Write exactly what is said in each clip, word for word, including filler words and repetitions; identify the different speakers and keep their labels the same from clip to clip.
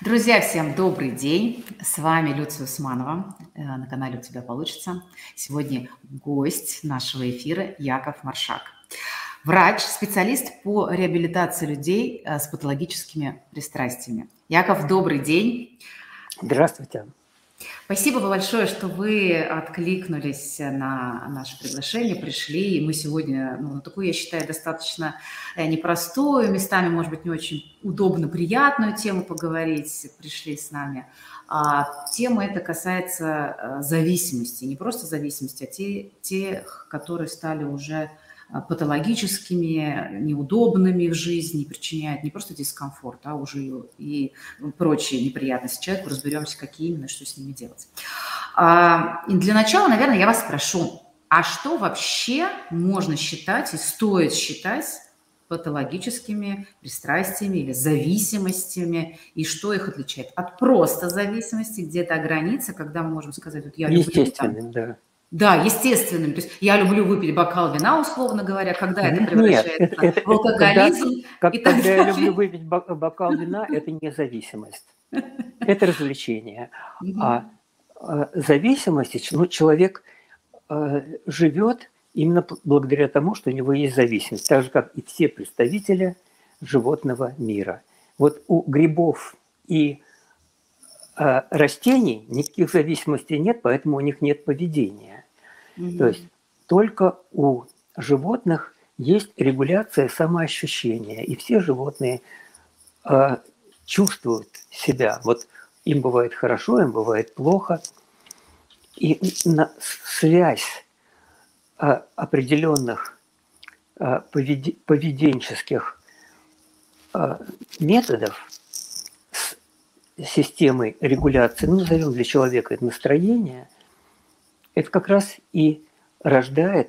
Speaker 1: Друзья, всем добрый день! С вами Люция Усманова э, на канале «У тебя получится». Сегодня гость нашего эфира Яков Маршак. Врач, специалист по реабилитации людей э, с патологическими пристрастиями. Яков, добрый день!
Speaker 2: Здравствуйте!
Speaker 1: Спасибо большое, что вы откликнулись на наше приглашение, пришли. И мы сегодня, ну, на такую, я считаю, достаточно непростую, местами, может быть, не очень удобно, приятную тему поговорить, пришли с нами. А тема эта касается зависимости, не просто зависимости, а те, тех, которые стали уже патологическими, неудобными в жизни, причиняют не просто дискомфорт, а уже и прочие неприятности человеку. Разберемся, какие именно, что с ними делать. И для начала, наверное, я вас спрошу, а что вообще можно считать и стоит считать патологическими пристрастиями или зависимостями, и что их отличает от просто зависимости, где это граница, когда мы можем сказать, вот я люблю...
Speaker 2: Естественным, да.
Speaker 1: Да, естественным. То есть я люблю выпить бокал вина, условно говоря, когда это
Speaker 2: Нет,
Speaker 1: превращается
Speaker 2: это, это,
Speaker 1: в алкоголизм.
Speaker 2: Когда,
Speaker 1: и
Speaker 2: когда
Speaker 1: так
Speaker 2: я
Speaker 1: далее.
Speaker 2: люблю выпить бокал вина, это не зависимость. Это развлечение. А, а зависимость, ну, человек а, живет именно благодаря тому, что у него есть зависимость, так же, как и все представители животного мира. Вот у грибов и а, растений никаких зависимостей нет, поэтому у них нет поведения. Mm-hmm. То есть только у животных есть регуляция самоощущения, и все животные а, чувствуют себя. Вот им бывает хорошо, им бывает плохо. И на связь а, определенных а, поведи, поведенческих а, методов с системой регуляции, ну, назовем для человека это настроение, это как раз и рождает,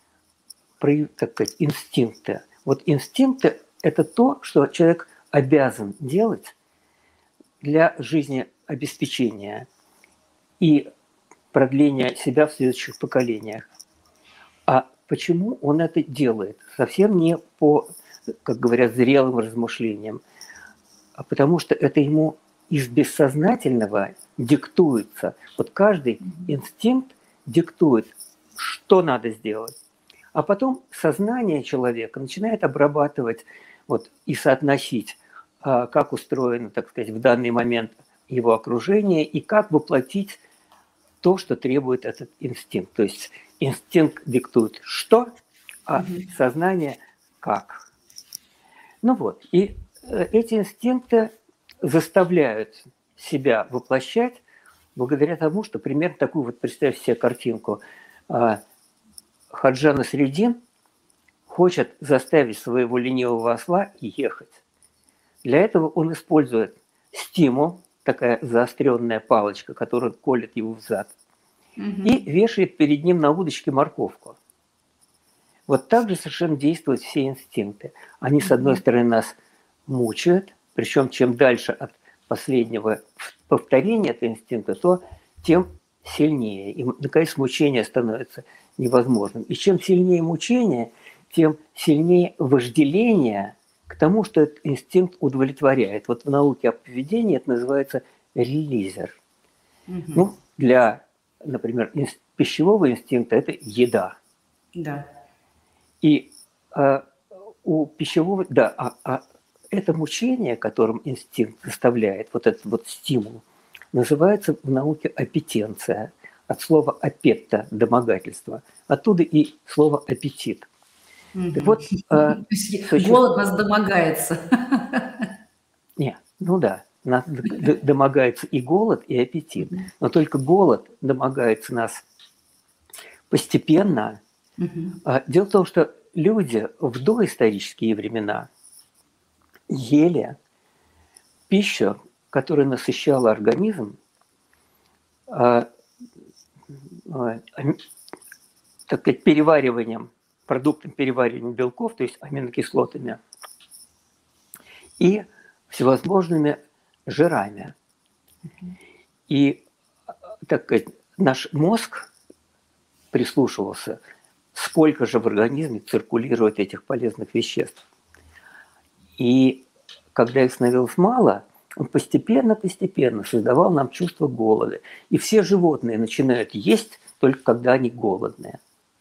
Speaker 2: так сказать, инстинкты. Вот инстинкты – это то, что человек обязан делать для жизнеобеспечения и продления себя в следующих поколениях. А почему он это делает? Совсем не по, как говорят, зрелым размышлениям, а потому что это ему из бессознательного диктуется. Вот каждый инстинкт диктует, что надо сделать. А потом сознание человека начинает обрабатывать вот, и соотносить, как устроено, так сказать, в данный момент его окружение и как воплотить то, что требует этот инстинкт. То есть инстинкт диктует что, а сознание как. Ну вот, и эти инстинкты заставляют себя воплощать благодаря тому, что примерно такую вот, представьте себе картинку. Ходжа Насреддин хочет заставить своего ленивого осла ехать. Для этого он использует стимул, такая заостренная палочка, которая колет его в зад, угу. и вешает перед ним на удочке морковку. Вот так же совершенно действуют все инстинкты. Они, с одной стороны, нас мучают, причем чем дальше от последнего повторения этого инстинкта, то тем сильнее. И, наконец, мучение становится невозможным. И чем сильнее мучение, тем сильнее вожделение к тому, что этот инстинкт удовлетворяет. Вот в науке о поведении это называется релизер. Угу. Ну, для, например, пищевого инстинкта это еда.
Speaker 1: Да.
Speaker 2: И а, у пищевого, да, а, а это мучение, которым инстинкт заставляет, вот этот вот стимул, называется в науке аппетенция. От слова аппетта – домогательство. Оттуда и слово аппетит.
Speaker 1: Угу.
Speaker 2: Так вот, а,
Speaker 1: существ... Голод нас домогается.
Speaker 2: Нет, ну да, нас домогается и голод, и аппетит. Но только голод домогается нас постепенно. Угу. Дело в том, что люди в доисторические времена ели пищу, которая насыщала организм, так сказать, перевариванием, продуктом переваривания белков, то есть аминокислотами, и всевозможными жирами. И, так сказать, наш мозг прислушивался, сколько же в организме циркулирует этих полезных веществ. И когда их становилось мало, Он постепенно-постепенно создавал нам чувство голода. И все животные начинают есть только когда они голодные.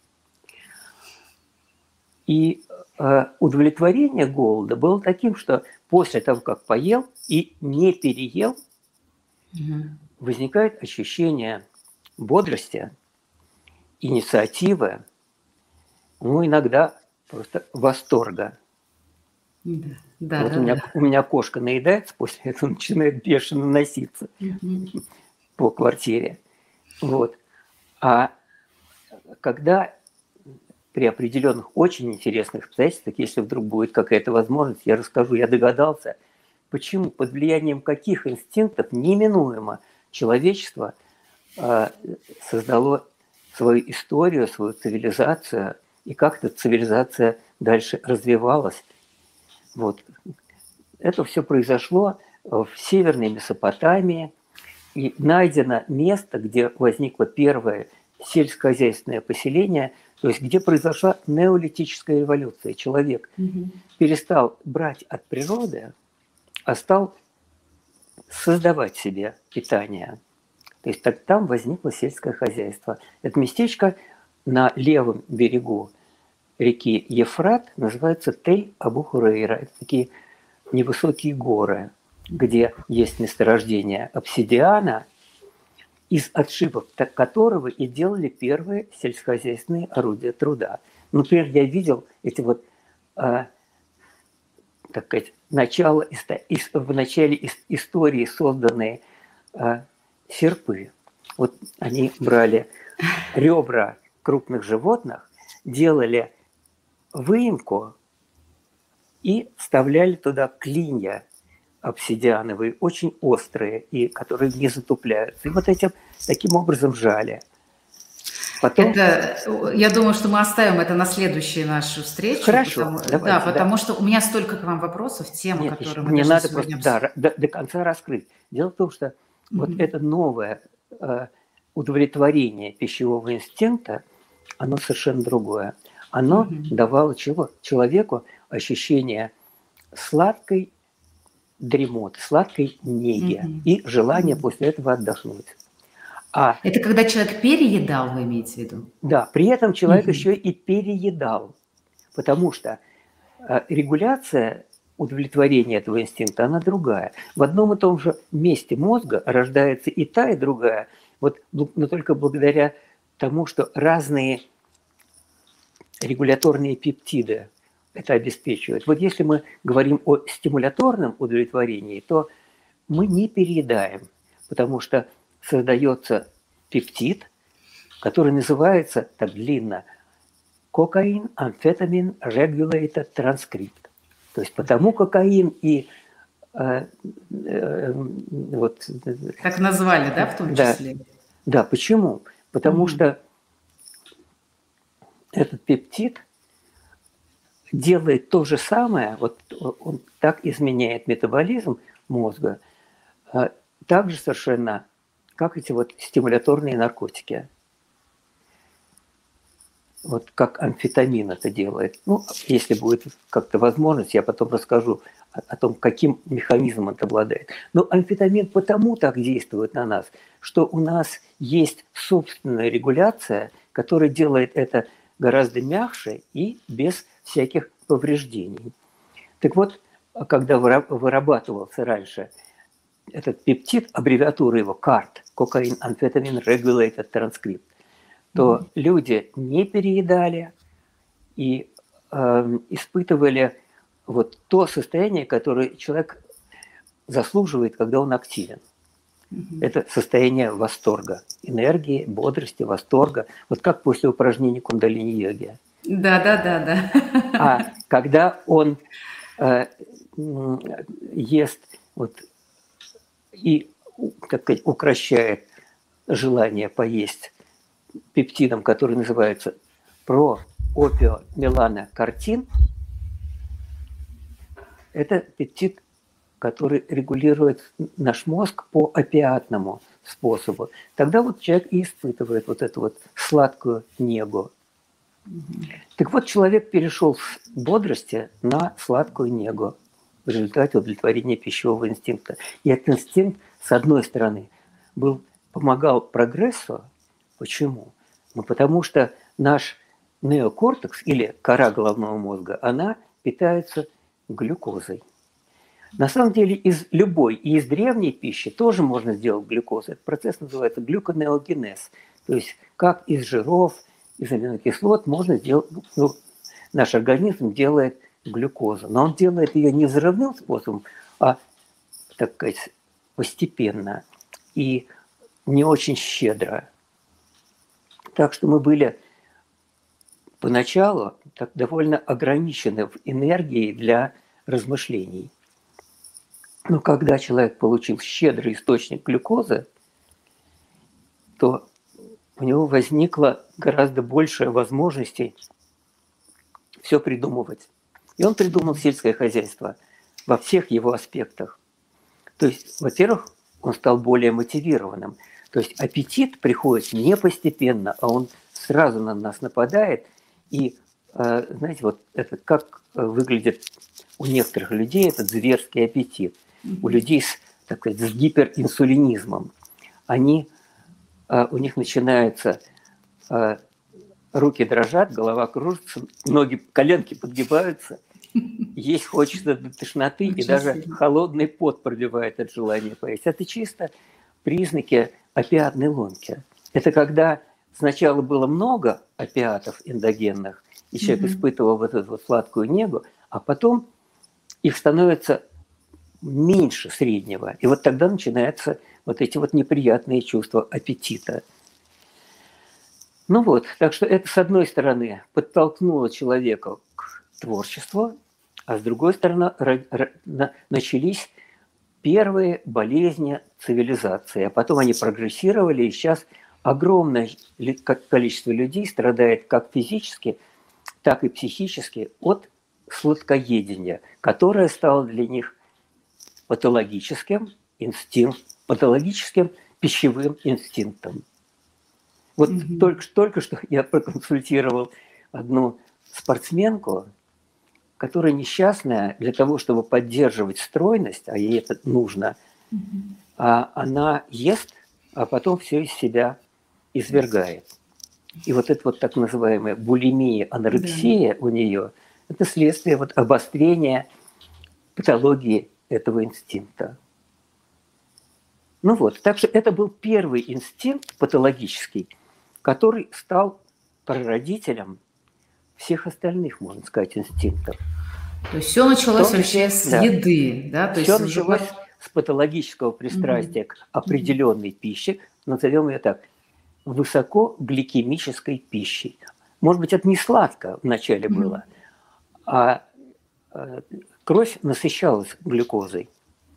Speaker 2: И э, удовлетворение голода было таким, что после того, как поел и не переел, mm-hmm. возникает ощущение бодрости, инициативы, ну, иногда просто восторга.
Speaker 1: Да, да,
Speaker 2: вот
Speaker 1: да,
Speaker 2: у, меня,
Speaker 1: да.
Speaker 2: у меня кошка наедается, после этого начинает бешено носиться mm-hmm. по квартире. Вот. А когда при определенных очень интересных обстоятельствах, если вдруг будет какая-то возможность, я расскажу, я догадался, почему, под влиянием каких инстинктов неминуемо человечество э, создало свою историю, свою цивилизацию, и как эта цивилизация дальше развивалась. Вот. Это все произошло в Северной Месопотамии, и найдено место, где возникло первое сельскохозяйственное поселение, то есть где произошла неолитическая революция. Человек mm-hmm. перестал брать от природы, а стал создавать себе питание. То есть так, там возникло сельское хозяйство. Это местечко на левом берегу реки Ефрат называется Тель-Абу-Хурейра. Это такие невысокие горы, где есть месторождение обсидиана, из отшибов которого и делали первые сельскохозяйственные орудия труда. Например, я видел эти вот, э, так сказать, начало, в начале истории созданные э, серпы. Вот они брали ребра крупных животных, делали выемку и вставляли туда клинья обсидиановые, очень острые, и которые не затупляются. И вот этим таким образом жали.
Speaker 1: Потом... Это, я думаю, что мы оставим это на следующую нашу встречу.
Speaker 2: Хорошо,
Speaker 1: потому,
Speaker 2: давайте,
Speaker 1: да, потому
Speaker 2: да.
Speaker 1: что у меня столько к вам вопросов, тема,
Speaker 2: Нет,
Speaker 1: которую мы
Speaker 2: мне надо
Speaker 1: сегодня...
Speaker 2: просто да, до, до конца раскрыть. Дело в том, что mm-hmm. вот это новое э, удовлетворение пищевого инстинкта, оно совершенно другое. Оно mm-hmm. давало чего? Человеку ощущение сладкой дремоты, сладкой неги mm-hmm. и желание mm-hmm. после этого отдохнуть. А,
Speaker 1: это когда человек переедал, вы имеете в виду?
Speaker 2: Да, при этом человек mm-hmm. еще и переедал, потому что э, регуляция удовлетворения этого инстинкта, она другая. В одном и том же месте мозга рождается и та, и другая, вот, но только благодаря тому, что разные регуляторные пептиды это обеспечивают. Вот если мы говорим о стимуляторном удовлетворении, то мы не переедаем, потому что создается пептид, который называется так длинно кокаин, амфетамин, regulated transcript. То есть потому кокаин и э, э, вот
Speaker 1: так назвали, да, в том числе?
Speaker 2: Да, да, почему? Потому mm-hmm. что этот пептид делает то же самое, вот он так изменяет метаболизм мозга, так же совершенно, как эти вот стимуляторные наркотики. Вот как амфетамин это делает. Ну, если будет как-то возможность, я потом расскажу о, о том, каким механизмом это обладает. Но амфетамин потому так действует на нас, что у нас есть собственная регуляция, которая делает это гораздо мягче и без всяких повреждений. Так вот, когда вырабатывался раньше этот пептид, аббревиатура его карт, кокаин, амфетамин, regulated transcript, то mm-hmm. люди не переедали и э, испытывали вот то состояние, которое человек заслуживает, когда он активен. Mm-hmm. Это состояние восторга, энергии, бодрости, восторга. Вот как после упражнений кундалини-йоги.
Speaker 1: Да, да, да, да.
Speaker 2: А когда он э, ест вот, и, как сказать, укращает желание поесть пептидом, который называется проопиомеланокартин, это пептид, который регулирует наш мозг по опиатному способу. Тогда вот человек и испытывает вот эту вот сладкую негу. Mm-hmm. Так вот, человек перешел с бодрости на сладкую негу. в результате удовлетворения пищевого инстинкта. И этот инстинкт, с одной стороны, был, помогал прогрессу. Почему? Ну, потому что наш неокортекс, или кора головного мозга, она питается глюкозой. На самом деле из любой, и из древней пищи тоже можно сделать глюкозу. Этот процесс называется глюконеогенез. То есть как из жиров, из аминокислот можно сделать, ну, наш организм делает глюкозу. Но он делает ее не взрывным способом, а, так сказать, постепенно и не очень щедро. Так что мы были поначалу так довольно ограничены в энергии для размышлений. Но когда человек получил щедрый источник глюкозы, то у него возникло гораздо больше возможностей все придумывать. И он придумал сельское хозяйство во всех его аспектах. То есть, во-первых, он стал более мотивированным. То есть аппетит приходит не постепенно, а он сразу на нас нападает. И, знаете, вот это как выглядит у некоторых людей этот зверский аппетит. У людей с, так сказать, с гиперинсулинизмом. Они, у них начинается руки дрожат, голова кружится, ноги, коленки подгибаются, есть хочется до тошноты, и даже холодный пот пробивает от желания поесть. Это чисто признаки опиатной ломки. Это когда сначала было много опиатов эндогенных, и человек mm-hmm. испытывал вот эту вот сладкую негу, а потом их становится меньше среднего. И вот тогда начинаются вот эти вот неприятные чувства аппетита. Ну вот, так что это, с одной стороны, подтолкнуло человека к творчеству, а с другой стороны, начались первые болезни цивилизации. А потом они прогрессировали, и сейчас огромное количество людей страдает как физически, так и психически от сладкоедения, которое стало для них патологическим инстинктом, патологическим пищевым инстинктом. Вот mm-hmm. только, только что я проконсультировал одну спортсменку, которая несчастная для того, чтобы поддерживать стройность, а ей это нужно, mm-hmm. а она ест, а потом все из себя извергает. И вот это вот так называемая булимия, анорексия yeah. у нее, это следствие вот обострения патологии этого инстинкта. Ну вот, так что это был первый инстинкт патологический, который стал прародителем всех остальных, можно сказать, инстинктов.
Speaker 1: То есть все началось том, вообще с да. еды, да? То
Speaker 2: все
Speaker 1: есть
Speaker 2: началось
Speaker 1: уже...
Speaker 2: с патологического пристрастия mm-hmm. к определенной mm-hmm. пище, назовем ее так, высокогликемической пищей. Может быть, это не сладко вначале mm-hmm. было, а кровь насыщалась глюкозой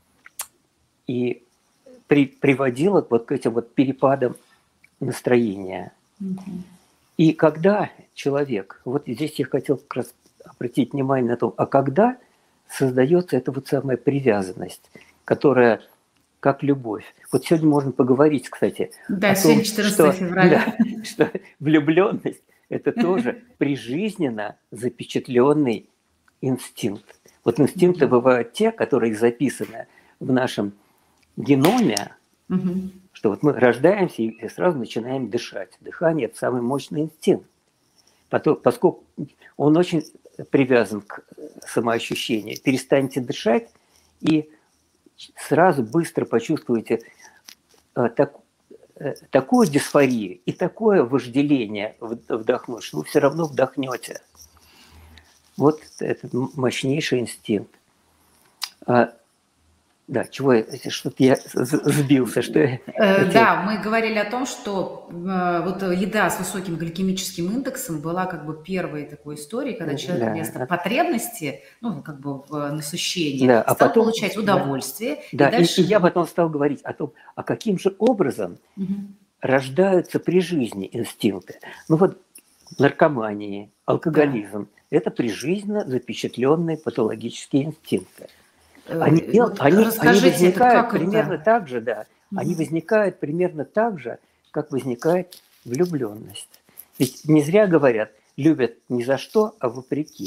Speaker 2: и при, приводила вот к этим вот перепадам настроения. Mm-hmm. И когда человек, вот здесь я хотел как раз обратить внимание на то, а когда создается эта вот самая привязанность, которая как любовь. Вот сегодня можно поговорить, кстати,
Speaker 1: да,
Speaker 2: о
Speaker 1: сегодня
Speaker 2: том,
Speaker 1: четырнадцатое февраля.
Speaker 2: Да, что влюбленность – это тоже прижизненно запечатленный инстинкт. Вот инстинкты mm-hmm. бывают те, которые записаны в нашем геноме, mm-hmm. что вот мы рождаемся и сразу начинаем дышать. Дыхание – это самый мощный инстинкт. Потом, поскольку он очень привязан к самоощущению. Перестаньте дышать и сразу быстро почувствуете э, так, э, такую дисфорию и такое вожделение вдохнуть, что вы все равно вдохнете. Вот этот мощнейший инстинкт. А, да, чего я, что-то я сбился, что я...
Speaker 1: Э, да, мы говорили о том, что э, вот еда с высоким гликемическим индексом была как бы первой такой историей, когда человек да. вместо потребности, ну, как бы в насыщении,
Speaker 2: да,
Speaker 1: стал
Speaker 2: а потом,
Speaker 1: получать удовольствие.
Speaker 2: Да,
Speaker 1: и, дальше...
Speaker 2: и, и я потом стал говорить о том, а каким же образом угу. рождаются при жизни инстинкты. Ну вот наркомания, алкоголизм да. – это прижизненно запечатленные патологические инстинкты. Они, вот они, они возникают примерно это? так же, да. Mm-hmm. Они возникают примерно так же, как возникает влюбленность. Ведь не зря говорят, любят не за что, а вопреки.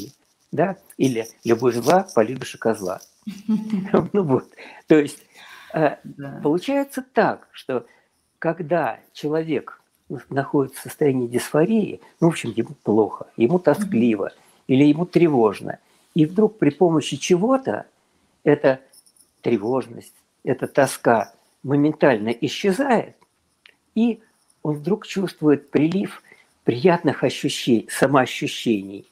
Speaker 2: да, или любовь зла, полюбишь и козла. Ну вот, то есть получается так, что когда человек находится в состоянии дисфории, ну, в общем, ему плохо, ему тоскливо или ему тревожно, и вдруг при помощи чего-то эта тревожность, эта тоска моментально исчезает, и он вдруг чувствует прилив приятных ощущений, самоощущений.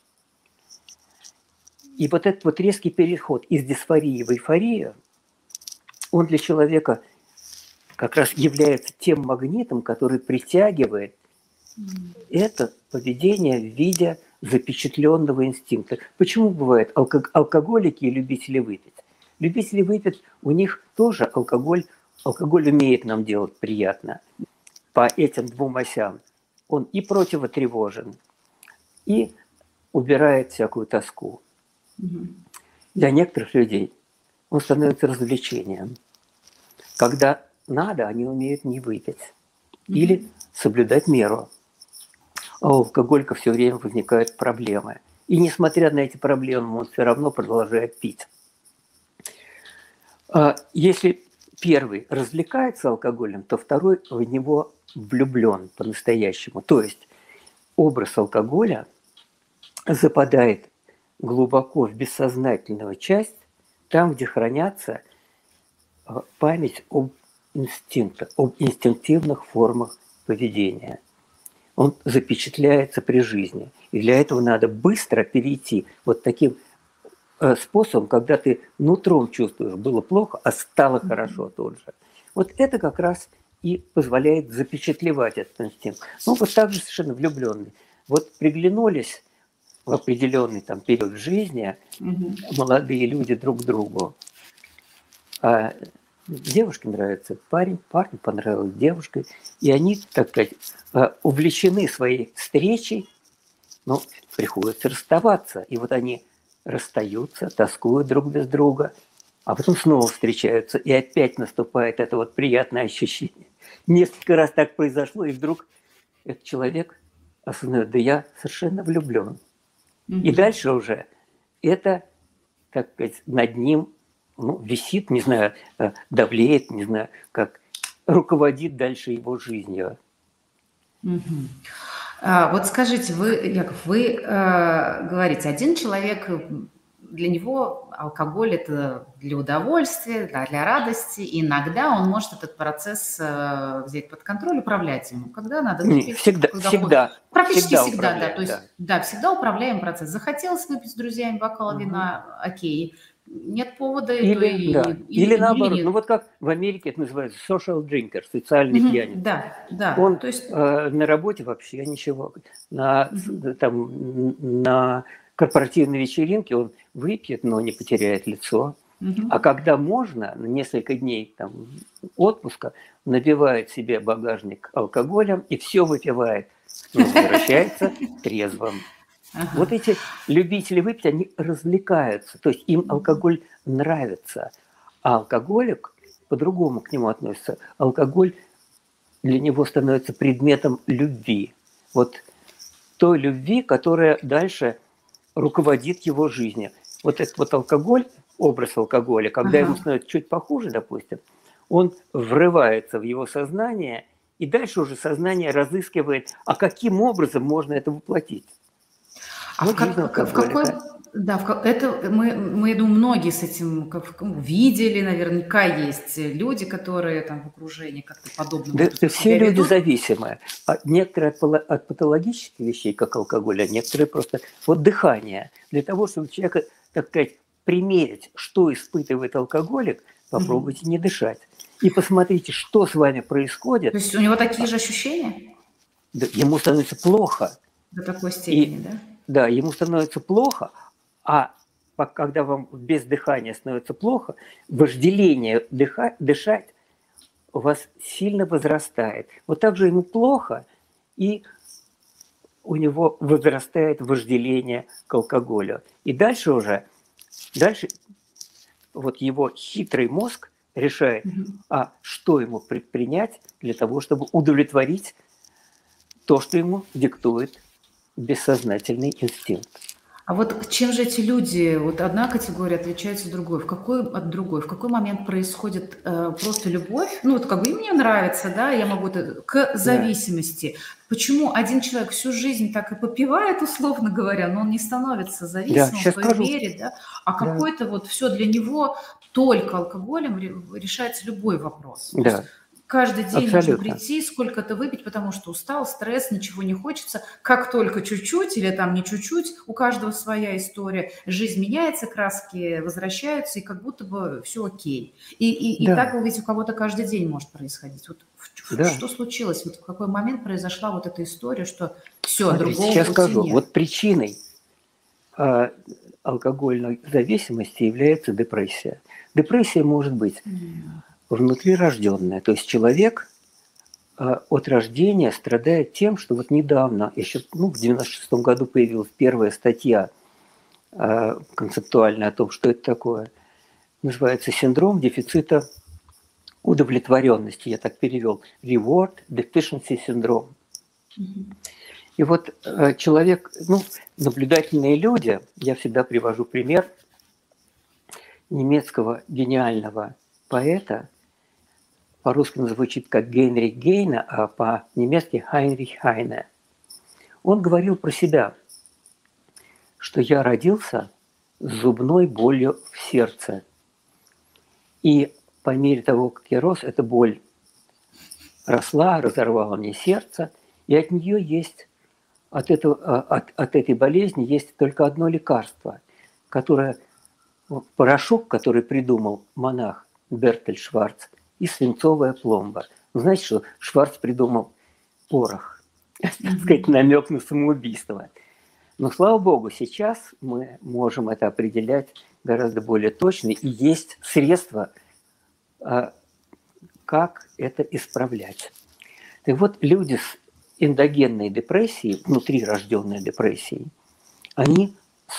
Speaker 2: И вот этот вот резкий переход из дисфории в эйфорию, он для человека как раз является тем магнитом, который притягивает это поведение в виде запечатленного инстинкта. Почему бывает алкоголики и любители выпить? Любители выпить, у них тоже алкоголь, алкоголь умеет нам делать приятно. По этим двум осям он и противотревожен, и убирает всякую тоску. Для некоторых людей он становится развлечением. Когда надо, они умеют не выпить или соблюдать меру. А у алкоголика все время возникают проблемы. И несмотря на эти проблемы, он все равно продолжает пить. Если первый развлекается алкоголем, то второй в него влюблен по-настоящему. То есть образ алкоголя западает глубоко в бессознательную часть, там, где хранятся память об инстинктах, об инстинктивных формах поведения. Он запечатляется при жизни. И для этого надо быстро перейти вот таким способом, когда ты нутром чувствуешь, было плохо, а стало хорошо тут же. Вот это как раз и позволяет запечатлевать этот инстинкт. Ну, вот так же совершенно влюбленный. Вот приглянулись в определенный там период жизни угу. молодые люди друг другу. А девушке нравится парень, парню понравилась девушка, и они, так сказать, увлечены своей встречей, но приходится расставаться. И вот они расстаются, тоскуют друг без друга, а потом снова встречаются, и опять наступает это вот приятное ощущение. Несколько раз так произошло, и вдруг этот человек осознает, да я совершенно влюблен. Mm-hmm. И дальше уже это, так сказать, над ним ну, висит, не знаю, давлеет, не знаю, как руководит дальше его жизнью.
Speaker 1: Mm-hmm. А, вот скажите, вы, Яков, вы э, говорите, один человек, для него алкоголь – это для удовольствия, для, для радости. И иногда он может этот процесс э, взять под контроль, управлять ему. Когда надо выпить.
Speaker 2: Всегда,
Speaker 1: когда
Speaker 2: всегда.
Speaker 1: Хочет. Практически
Speaker 2: всегда,
Speaker 1: всегда, да. То есть,
Speaker 2: да.
Speaker 1: да, всегда управляем процесс. Захотелось выпить с друзьями бокал вина, окей. Нет повода.
Speaker 2: Или,
Speaker 1: то
Speaker 2: да.
Speaker 1: и,
Speaker 2: или, или наоборот.
Speaker 1: Или
Speaker 2: ну вот как в Америке это называется social drinker, социальный
Speaker 1: mm-hmm.
Speaker 2: пьяница.
Speaker 1: Да, да.
Speaker 2: Он
Speaker 1: то есть...
Speaker 2: э, на работе вообще ничего. На, mm-hmm. там, на корпоративной вечеринке он выпьет, но не потеряет лицо. Mm-hmm. А когда можно, на несколько дней там, отпуска, набивает себе багажник алкоголем и все выпивает. Но возвращается трезвым. Ага. Вот эти любители выпить, они развлекаются, то есть им алкоголь нравится, а алкоголик по-другому к нему относится. Алкоголь для него становится предметом любви, вот той любви, которая дальше руководит его жизнью. Вот этот вот алкоголь, образ алкоголя, когда ага. ему становится чуть похуже, допустим, он врывается в его сознание, и дальше уже сознание разыскивает, а каким образом можно это воплотить.
Speaker 1: А вот в, как, в какой... Да, в, это мы, мы, я думаю, многие с этим как, видели, наверняка есть люди, которые там в окружении как-то подобно.
Speaker 2: Да, да все люди ведут. Зависимые. А некоторые от, от патологических вещей, как алкоголь, а некоторые просто... Вот дыхание. Для того, чтобы человека, так сказать, примерить, что испытывает алкоголик, попробуйте mm-hmm. не дышать. И посмотрите, что с вами происходит.
Speaker 1: То есть у него такие же ощущения?
Speaker 2: Да, ему становится плохо.
Speaker 1: До такой степени,
Speaker 2: И,
Speaker 1: да?
Speaker 2: Да, ему становится плохо, а когда вам без дыхания становится плохо, вожделение дыха, дышать у вас сильно возрастает. Вот так же ему плохо, и у него возрастает вожделение к алкоголю. И дальше уже, дальше вот его хитрый мозг решает, mm-hmm. а что ему предпринять для того, чтобы удовлетворить то, что ему диктует бессознательный инстинкт.
Speaker 1: А вот чем же эти люди, вот одна категория отличается от другой, в какой от другой, в какой момент происходит э, просто любовь, ну вот как бы и мне нравится, да, я могу это, к
Speaker 2: Да,
Speaker 1: зависимости. Почему один человек всю жизнь так и попивает, условно говоря, но он не становится
Speaker 2: да,
Speaker 1: зависимым в
Speaker 2: сейчас
Speaker 1: той
Speaker 2: скажу.
Speaker 1: мере, да, а
Speaker 2: Да,
Speaker 1: какой-то вот все для него только алкоголем ре- решается любой вопрос. То есть
Speaker 2: да,
Speaker 1: каждый день нужно
Speaker 2: абсолютно.
Speaker 1: прийти, сколько-то выпить, потому что устал, стресс, ничего не хочется. Как только чуть-чуть или там не чуть-чуть, у каждого своя история. Жизнь меняется, краски возвращаются, и как будто бы все окей. И, и, и так
Speaker 2: Да,
Speaker 1: ведь у кого-то каждый день может происходить. Вот в- в-
Speaker 2: да.
Speaker 1: что случилось? Вот в какой момент произошла вот эта история, что все,
Speaker 2: Смотрите,
Speaker 1: другого
Speaker 2: сейчас
Speaker 1: пути
Speaker 2: скажу.
Speaker 1: нет?
Speaker 2: Вот причиной а, алкогольной зависимости является депрессия. Депрессия может быть
Speaker 1: М.
Speaker 2: внутрирожденная, то есть человек а, от рождения страдает тем, что вот недавно, еще ну, в девяносто шестом году появилась первая статья а, концептуальная о том, что это такое. Называется «Синдром дефицита удовлетворенности». Я так перевел. Reward Deficiency Syndrome.
Speaker 1: Мгм.
Speaker 2: И вот э, человек, ну, наблюдательные люди, я всегда привожу пример немецкого гениального поэта, по-русски он звучит как Гейнрих Гейне, а по-немецки Хайнрих Хайне. Он говорил про себя, что я родился с зубной болью в сердце. И по мере того, как я рос, эта боль росла, разорвала мне сердце, и от нее есть, от, этого, от, от этой болезни есть только одно лекарство, которое, порошок, который придумал монах Бертель Шварц, и свинцовая пломба. Вы знаете, что Шварц придумал порох, так сказать,
Speaker 1: Мгм.
Speaker 2: намек на самоубийство. Но, слава богу, сейчас мы можем это определять гораздо более точно, и есть средства, как это исправлять. Так вот, люди с эндогенной депрессией, внутрирожденной депрессией, они,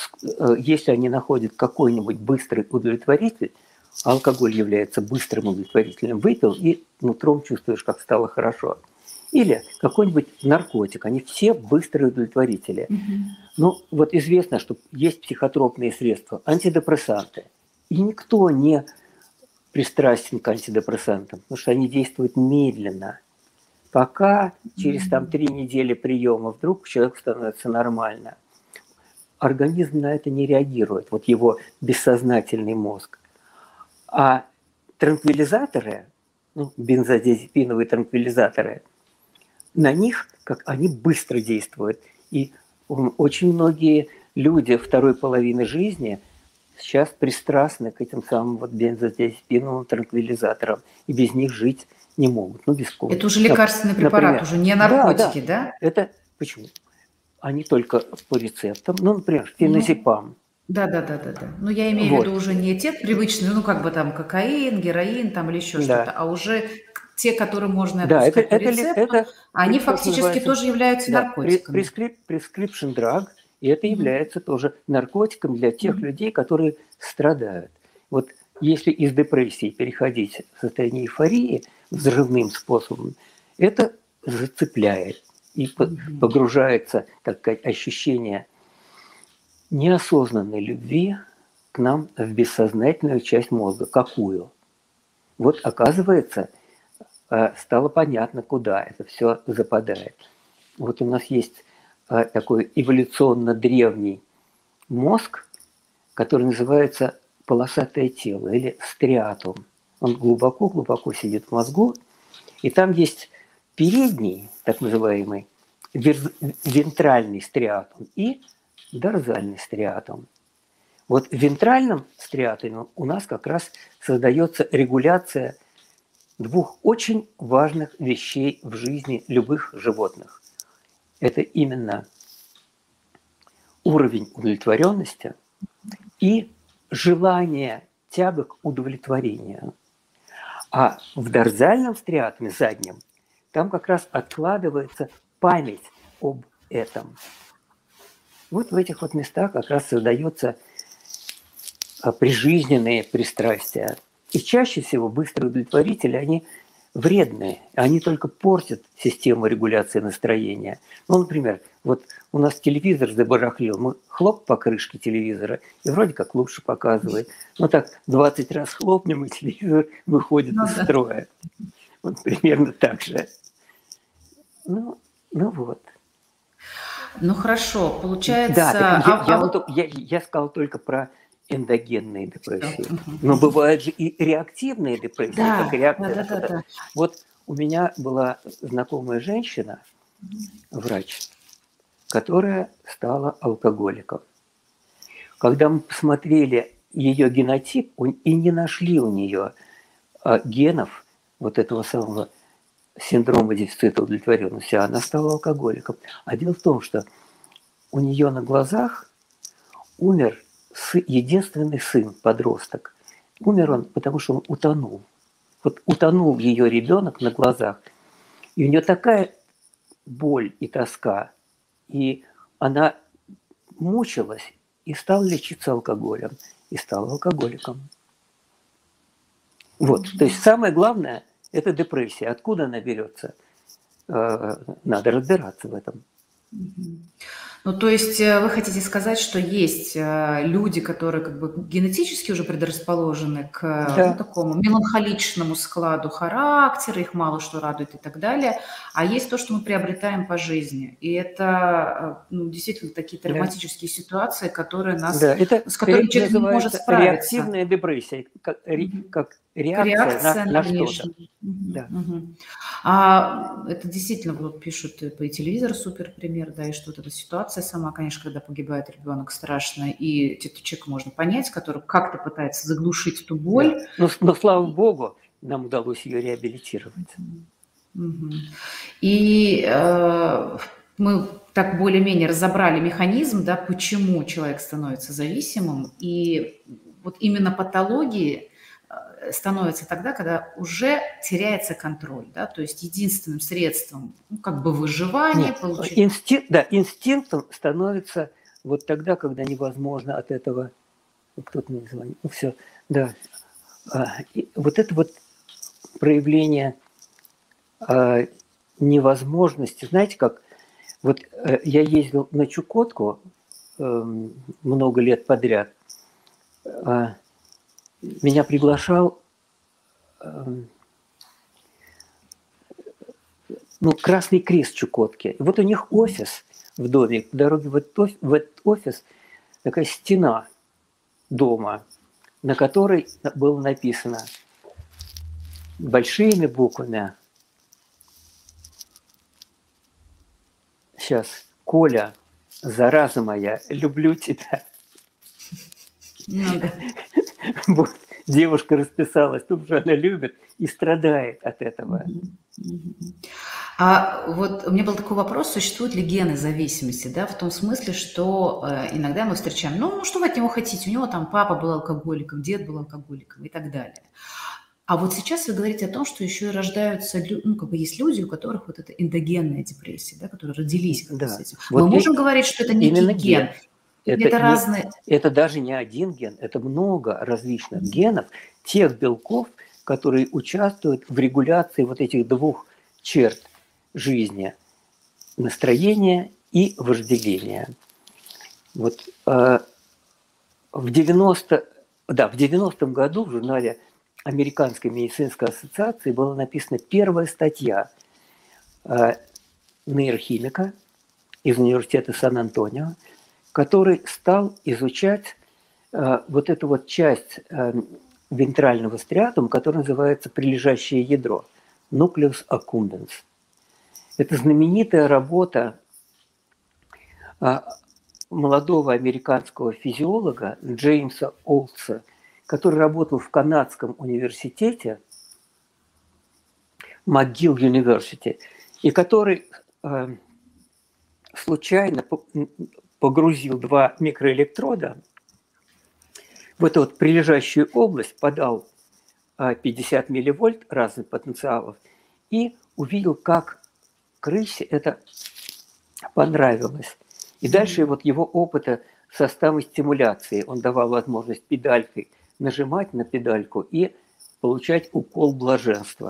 Speaker 2: если они находят какой-нибудь быстрый удовлетворитель, а алкоголь является быстрым удовлетворителем, выпил и нутром чувствуешь, как стало хорошо. Или какой-нибудь наркотик, они все быстрые удовлетворители.
Speaker 1: Мгм.
Speaker 2: Ну, вот известно, что есть психотропные средства, антидепрессанты. И никто не пристрастен к антидепрессантам, потому что они действуют медленно. Пока через там три недели приема вдруг человеку становится нормально. Организм на это не реагирует, вот его бессознательный мозг. А транквилизаторы, ну, бензодиазепиновые транквилизаторы, на них как они быстро действуют. И очень многие люди второй половины жизни сейчас пристрастны к этим самым вот бензодиазепиновым транквилизаторам, и без них жить не могут. Ну, без кофе.
Speaker 1: Это уже лекарственный препарат,
Speaker 2: Например,
Speaker 1: уже не
Speaker 2: да, да,
Speaker 1: наркотики, да?
Speaker 2: это почему? Они только по рецептам. Ну, например,
Speaker 1: Ну,
Speaker 2: феназепам.
Speaker 1: да-да-да-да-да. Ну, я имею в виду
Speaker 2: Вот,
Speaker 1: уже не те привычные, ну, как бы там кокаин, героин там или еще что-то,
Speaker 2: да.
Speaker 1: а уже те, которые можно
Speaker 2: Да, это,
Speaker 1: отпускать по
Speaker 2: это,
Speaker 1: рецепту,
Speaker 2: это,
Speaker 1: они
Speaker 2: то, что
Speaker 1: фактически
Speaker 2: называется,
Speaker 1: тоже являются
Speaker 2: да,
Speaker 1: наркотиками.
Speaker 2: prescription drug, и это
Speaker 1: Мгм.
Speaker 2: является тоже наркотиком для тех
Speaker 1: Мгм.
Speaker 2: людей, которые страдают. Вот если из депрессии переходить в состояние эйфории взрывным способом, это зацепляет и
Speaker 1: Мгм.
Speaker 2: погружается, так сказать, ощущение неосознанной любви к нам в бессознательную часть мозга. Какую? Вот оказывается, стало понятно, куда это все западает. Вот у нас есть такой эволюционно древний мозг, который называется полосатое тело или стриатум. Он глубоко-глубоко сидит в мозгу, и там есть передний, так называемый, вентральный стриатум и дорзальный стриатум. Вот в вентральном стриатуме у нас как раз создается регуляция двух очень важных вещей в жизни любых животных. Это именно уровень удовлетворенности и желание, тяга к удовлетворению. А в дорзальном стриатуме, заднем, там как раз откладывается память об этом. Вот в этих вот местах как раз создается прижизненные пристрастия. И чаще всего быстрые удовлетворители, они вредные. Они только портят систему регуляции настроения. Ну, например, вот у нас телевизор забарахлил, мы хлоп по крышке телевизора, и вроде как лучше показывает. Но так двадцать раз хлопнем, и телевизор выходит ну, из да. строя. Вот примерно так же. Ну, ну вот.
Speaker 1: Ну хорошо, получается...
Speaker 2: Да, я,
Speaker 1: а,
Speaker 2: я,
Speaker 1: а вот...
Speaker 2: я, я сказал только про эндогенные депрессии. Но бывают же и реактивные депрессии,
Speaker 1: да,
Speaker 2: как реакция
Speaker 1: да,
Speaker 2: на что-то.
Speaker 1: Да, да.
Speaker 2: Вот у меня была знакомая женщина, врач, которая стала алкоголиком. Когда мы посмотрели ее генотип и не нашли у нее генов вот этого самого синдрома дефицита удовлетворенности, она стала алкоголиком. А дело в том, что у нее на глазах умер единственный сын, подросток. Умер он, потому что он утонул. Вот утонул ее ребенок на глазах. И у нее такая боль и тоска. И она мучилась и стала лечиться алкоголем. И стала алкоголиком. Вот. То есть самое главное – это депрессия. Откуда она берется? Надо разбираться в этом.
Speaker 1: Ну, то есть вы хотите сказать, что есть люди, которые как бы генетически уже предрасположены к да. ну, такому меланхоличному складу характера, их мало что радует и так далее, а есть то, что мы приобретаем по жизни. И это ну, действительно такие травматические да. ситуации, которые нас,
Speaker 2: да, это,
Speaker 1: с которыми человек не может справиться.
Speaker 2: Реактивная депрессия, как, mm-hmm. как реакция,
Speaker 1: реакция
Speaker 2: на,
Speaker 1: на,
Speaker 2: на что-то.
Speaker 1: Mm-hmm. Да. Mm-hmm. А это действительно, вот пишут по телевизору супер пример, да, и что вот эта ситуация сама, конечно, когда погибает ребенок, страшная, и этот человек можно понять, который как-то пытается заглушить ту боль.
Speaker 2: Да. Но, но, слава богу, нам удалось ее реабилитировать.
Speaker 1: Mm-hmm. И э, мы так более-менее разобрали механизм, да, почему человек становится зависимым, и вот именно патологии становится тогда, когда уже теряется контроль, да, то есть единственным средством, ну, как бы выживания,
Speaker 2: Нет,
Speaker 1: получить...
Speaker 2: инстинкт, да, инстинктом становится вот тогда, когда невозможно от этого, кто-то мне звонит, ну все, да, а, вот это вот проявление а, невозможности, знаете, как, вот а, я ездил на Чукотку а, много лет подряд, а, меня приглашал ну, Красный Крест Чукотки. И вот у них офис в доме, по дороге в этот, в этот офис такая стена дома, на которой было написано большими буквами. Сейчас. Коля, зараза моя, люблю тебя.
Speaker 1: Ну, да.
Speaker 2: Вот. Девушка расписалась, тут же она любит и страдает от этого.
Speaker 1: А вот у меня был такой вопрос, существуют ли гены зависимости, да, в том смысле, что э, иногда мы встречаем, ну, что вы от него хотите, у него там папа был алкоголиком, дед был алкоголиком и так далее. А вот сейчас вы говорите о том, что еще и рождаются, ну, как бы есть люди, у которых вот эта эндогенная депрессия, да, которые родились как-то
Speaker 2: да.
Speaker 1: с этим.
Speaker 2: Вот
Speaker 1: мы можем говорить, что это некий ген. ген.
Speaker 2: Это,
Speaker 1: это,
Speaker 2: не,
Speaker 1: разные...
Speaker 2: это даже не один ген, это много различных генов, тех белков, которые участвуют в регуляции вот этих двух черт жизни – настроения и вожделения. Вот, э, в, девяносто, да, в девяностом году в журнале Американской медицинской ассоциации была написана первая статья э, нейрохимика из университета Сан-Антонио, который стал изучать э, вот эту вот часть э, вентрального стриатума, которая называется прилежащее ядро, nucleus accumbens. Это знаменитая работа э, молодого американского физиолога Джеймса Олдса, который работал в канадском университете, McGill University, и который э, случайно погрузил два микроэлектрода в эту вот прилежащую область, подал пятьдесят милливольт разных потенциалов и увидел, как крысе это понравилось. И дальше вот его опыта со стимуляции, он давал возможность педалькой нажимать на педальку и получать укол блаженства.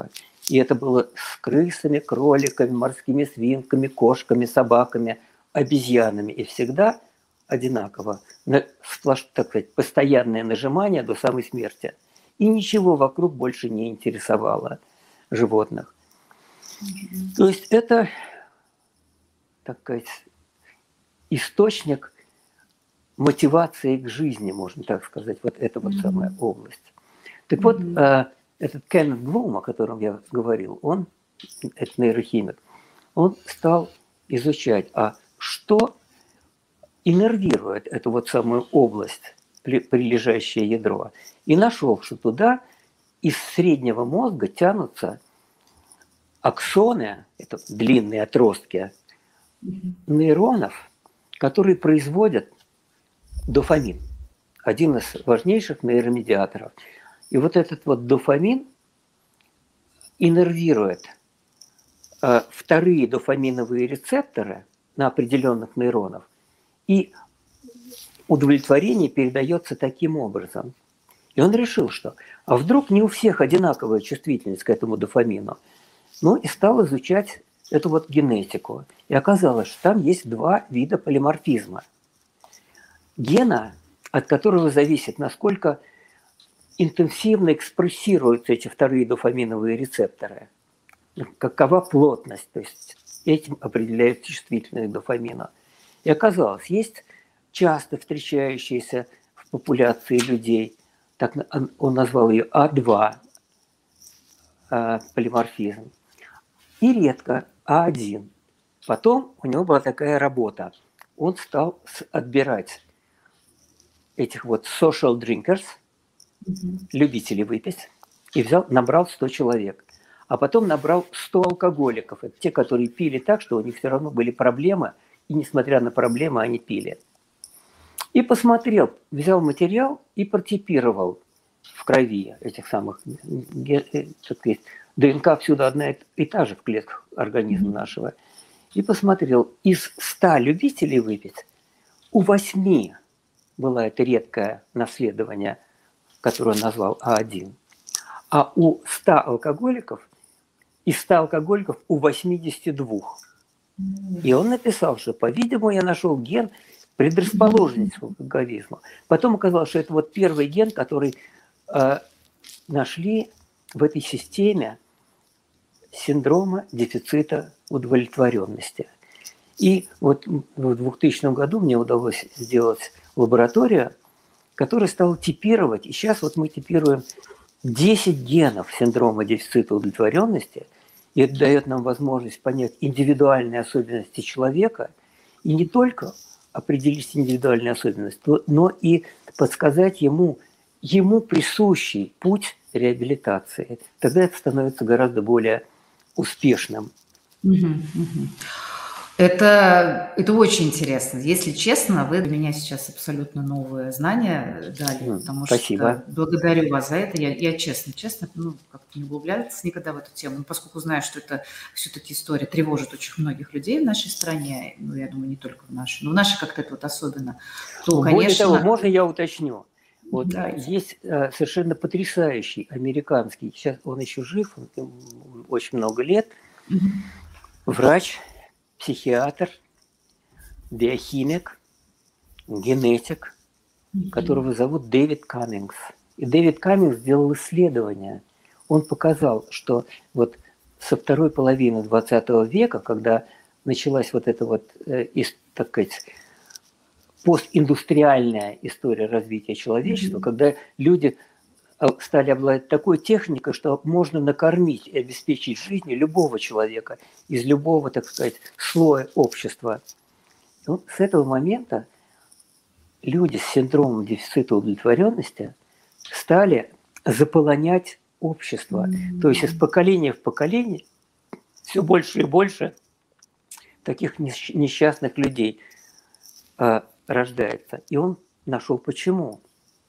Speaker 2: И это было с крысами, кроликами, морскими свинками, кошками, собаками, обезьянами. И всегда одинаково. Сплошь, так сказать, постоянное нажимание до самой смерти. И ничего вокруг больше не интересовало животных. Mm-hmm. То есть это, так сказать, источник мотивации к жизни, можно так сказать, вот эта вот mm-hmm. самая область. Так mm-hmm. вот, этот Кеннет Блум, о котором я говорил, он, это нейрохимик, он стал изучать, а что иннервирует эту вот самую область, прилежащее ядро, и нашел, что туда из среднего мозга тянутся аксоны, это длинные отростки mm-hmm. нейронов, которые производят дофамин, один из важнейших нейромедиаторов. И вот этот вот дофамин иннервирует э, вторые дофаминовые рецепторы на определенных нейронах, и удовлетворение передается таким образом. И он решил, что а вдруг не у всех одинаковая чувствительность к этому дофамину. Ну и стал изучать эту вот генетику. И оказалось, что там есть два вида полиморфизма. Гена, от которого зависит, насколько интенсивно экспрессируются эти вторые дофаминовые рецепторы. Какова плотность, то есть этим определяют чувствительность к дофамину. И оказалось, есть часто встречающиеся в популяции людей, так он назвал ее А два полиморфизм, и редко А один. Потом у него была такая работа. Он стал отбирать этих вот social drinkers, mm-hmm. любителей выпить, и взял, набрал сто человек. А потом набрал сто алкоголиков. Это те, которые пили так, что у них все равно были проблемы, и несмотря на проблемы, они пили. И посмотрел, взял материал и протипировал в крови этих самых, ДНК всюду одна и та же в клетках организма mm-hmm. нашего. И посмотрел, из ста любителей выпить у восьми было это редкое наследование, которое он назвал А один. А у ста алкоголиков, из ста алкоголиков у восьмидесяти двух. И он написал, что, по-видимому, я нашел ген предрасположенности к алкоголизму. Потом оказалось, что это вот первый ген, который э, нашли в этой системе синдрома дефицита удовлетворенности. И вот в двухтысячном году мне удалось сделать лабораторию, которая стала типировать, и сейчас вот мы типируем десять генов синдрома дефицита удовлетворенности, и это дает нам возможность понять индивидуальные особенности человека, и не только определить индивидуальные особенности, но и подсказать ему, ему присущий путь реабилитации. Тогда это становится гораздо более успешным.
Speaker 1: Угу, угу. Это, это очень интересно. Если честно, вы для меня сейчас абсолютно новые знания дали, потому
Speaker 2: Спасибо.
Speaker 1: что благодарю вас за это. Я, я честно, честно, ну, как-то не углубляться никогда в эту тему, но поскольку знаю, что это все-таки история тревожит очень многих людей в нашей стране, ну, я думаю, не только в нашей, но в нашей как-то это вот особенно, то,
Speaker 2: Более
Speaker 1: конечно...
Speaker 2: того, можно я уточню? Вот
Speaker 1: Давайте.
Speaker 2: Есть э, совершенно потрясающий американский, сейчас он еще жив, он, очень много лет, mm-hmm. врач, психиатр, биохимик, генетик, mm-hmm. которого зовут Дэвид Каммингс. И Дэвид Каммингс сделал исследование. Он показал, что вот со второй половины двадцатого века, когда началась вот эта вот, э, так сказать, постиндустриальная история развития человечества, mm-hmm. когда люди стали обладать такой техникой, что можно накормить и обеспечить жизнью любого человека из любого, так сказать, слоя общества. И вот с этого момента люди с синдромом дефицита удовлетворенности стали заполонять общество. Mm-hmm. То есть из поколения в поколение все больше и больше таких несчастных людей э, рождается. И он нашел почему.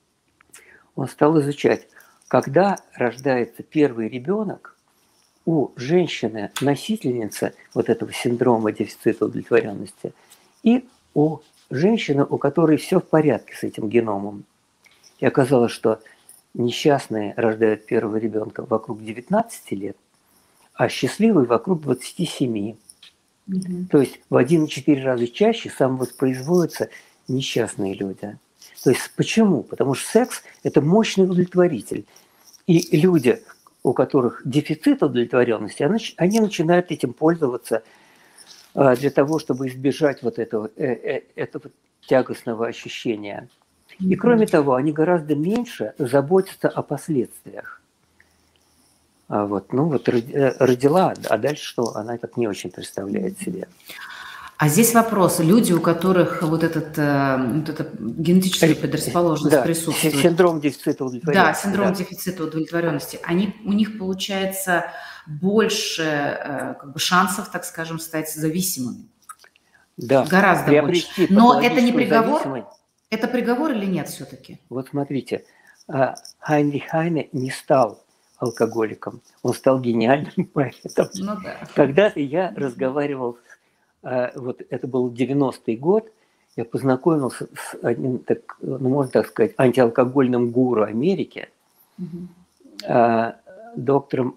Speaker 2: Он стал изучать, когда рождается первый ребенок, у женщины-носительницы вот этого синдрома дефицита удовлетворенности и у женщины, у которой все в порядке с этим геномом. И оказалось, что несчастные рождают первого ребенка вокруг девятнадцати лет, а счастливые вокруг двадцати семи.
Speaker 1: Мгм.
Speaker 2: То есть в один и четыре раза чаще самовоспроизводятся несчастные люди. То есть почему? Потому что секс – это мощный удовлетворитель. И люди, у которых дефицит удовлетворенности, они начинают этим пользоваться для того, чтобы избежать вот этого, этого тягостного ощущения. И кроме того, они гораздо меньше заботятся о последствиях. А вот, ну вот родила, а дальше что? Она так не очень представляет себе.
Speaker 1: А здесь вопрос. Люди, у которых вот, этот, вот эта генетическая предрасположенность
Speaker 2: да,
Speaker 1: присутствует.
Speaker 2: Синдром дефицита удовлетворенности.
Speaker 1: Да, синдром да. дефицита удовлетворенности. Они, у них получается больше как бы, шансов, так скажем, стать зависимыми.
Speaker 2: Да.
Speaker 1: Гораздо больше. Но это не приговор?
Speaker 2: Зависимость.
Speaker 1: Это приговор или нет все-таки?
Speaker 2: Вот смотрите, Хайнрих Хайне не стал алкоголиком, он стал гениальным поэтом.
Speaker 1: Ну, да.
Speaker 2: Когда-то я разговаривал, вот это был девяностый год, я познакомился с одним, так, ну, можно так сказать, антиалкогольным гуру Америки, mm-hmm. доктором,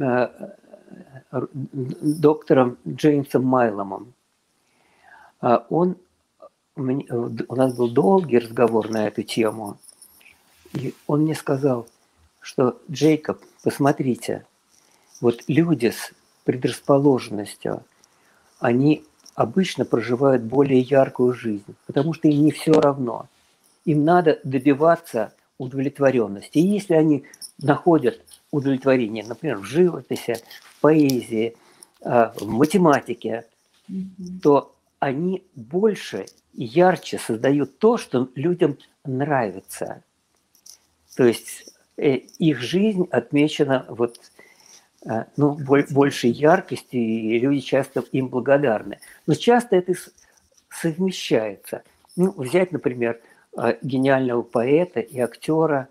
Speaker 2: доктором Джеймсом Майломом. Он, у нас был долгий разговор на эту тему, и он мне сказал, что Джейкоб, посмотрите, вот люди с предрасположенностью, они обычно проживают более яркую жизнь, потому что им не все равно. Им надо добиваться удовлетворенности. И если они находят удовлетворение, например, в живописи, в поэзии, в математике, mm-hmm. то они больше и ярче создают то, что людям нравится. То есть их жизнь отмечена вот, ну, большей яркостью, и люди часто им благодарны. Но часто это совмещается. Ну, взять, например, гениального поэта и актера,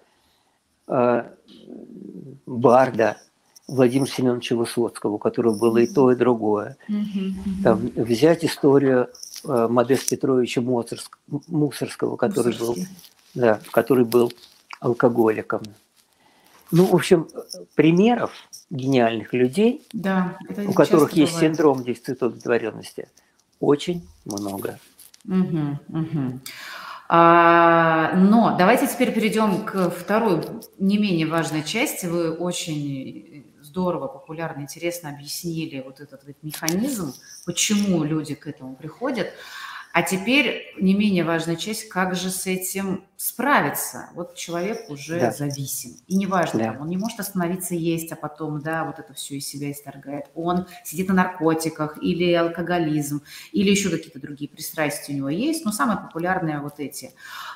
Speaker 2: барда Владимира Семеновича Высоцкого, у которого было и то, и другое. Там, взять историю Модеста Петровича Мусорского, который был, да, который был алкоголиком. Ну, в общем, примеров гениальных людей,
Speaker 1: да,
Speaker 2: у которых есть бывает. Синдром дефицита удовлетворенности, очень много.
Speaker 1: Угу, угу. А, но давайте теперь перейдем к второй, не менее важной части. Вы очень здорово, популярно, интересно объяснили вот этот вот механизм, почему люди к этому приходят. А теперь не менее важная часть, как же с этим справиться. Вот человек уже да. зависим. И неважно, да. там, он не может остановиться есть, а потом, да, вот это все из себя исторгает. Он сидит на наркотиках или алкоголизм, или еще какие-то другие пристрастия у него есть. Но самые популярные вот эти.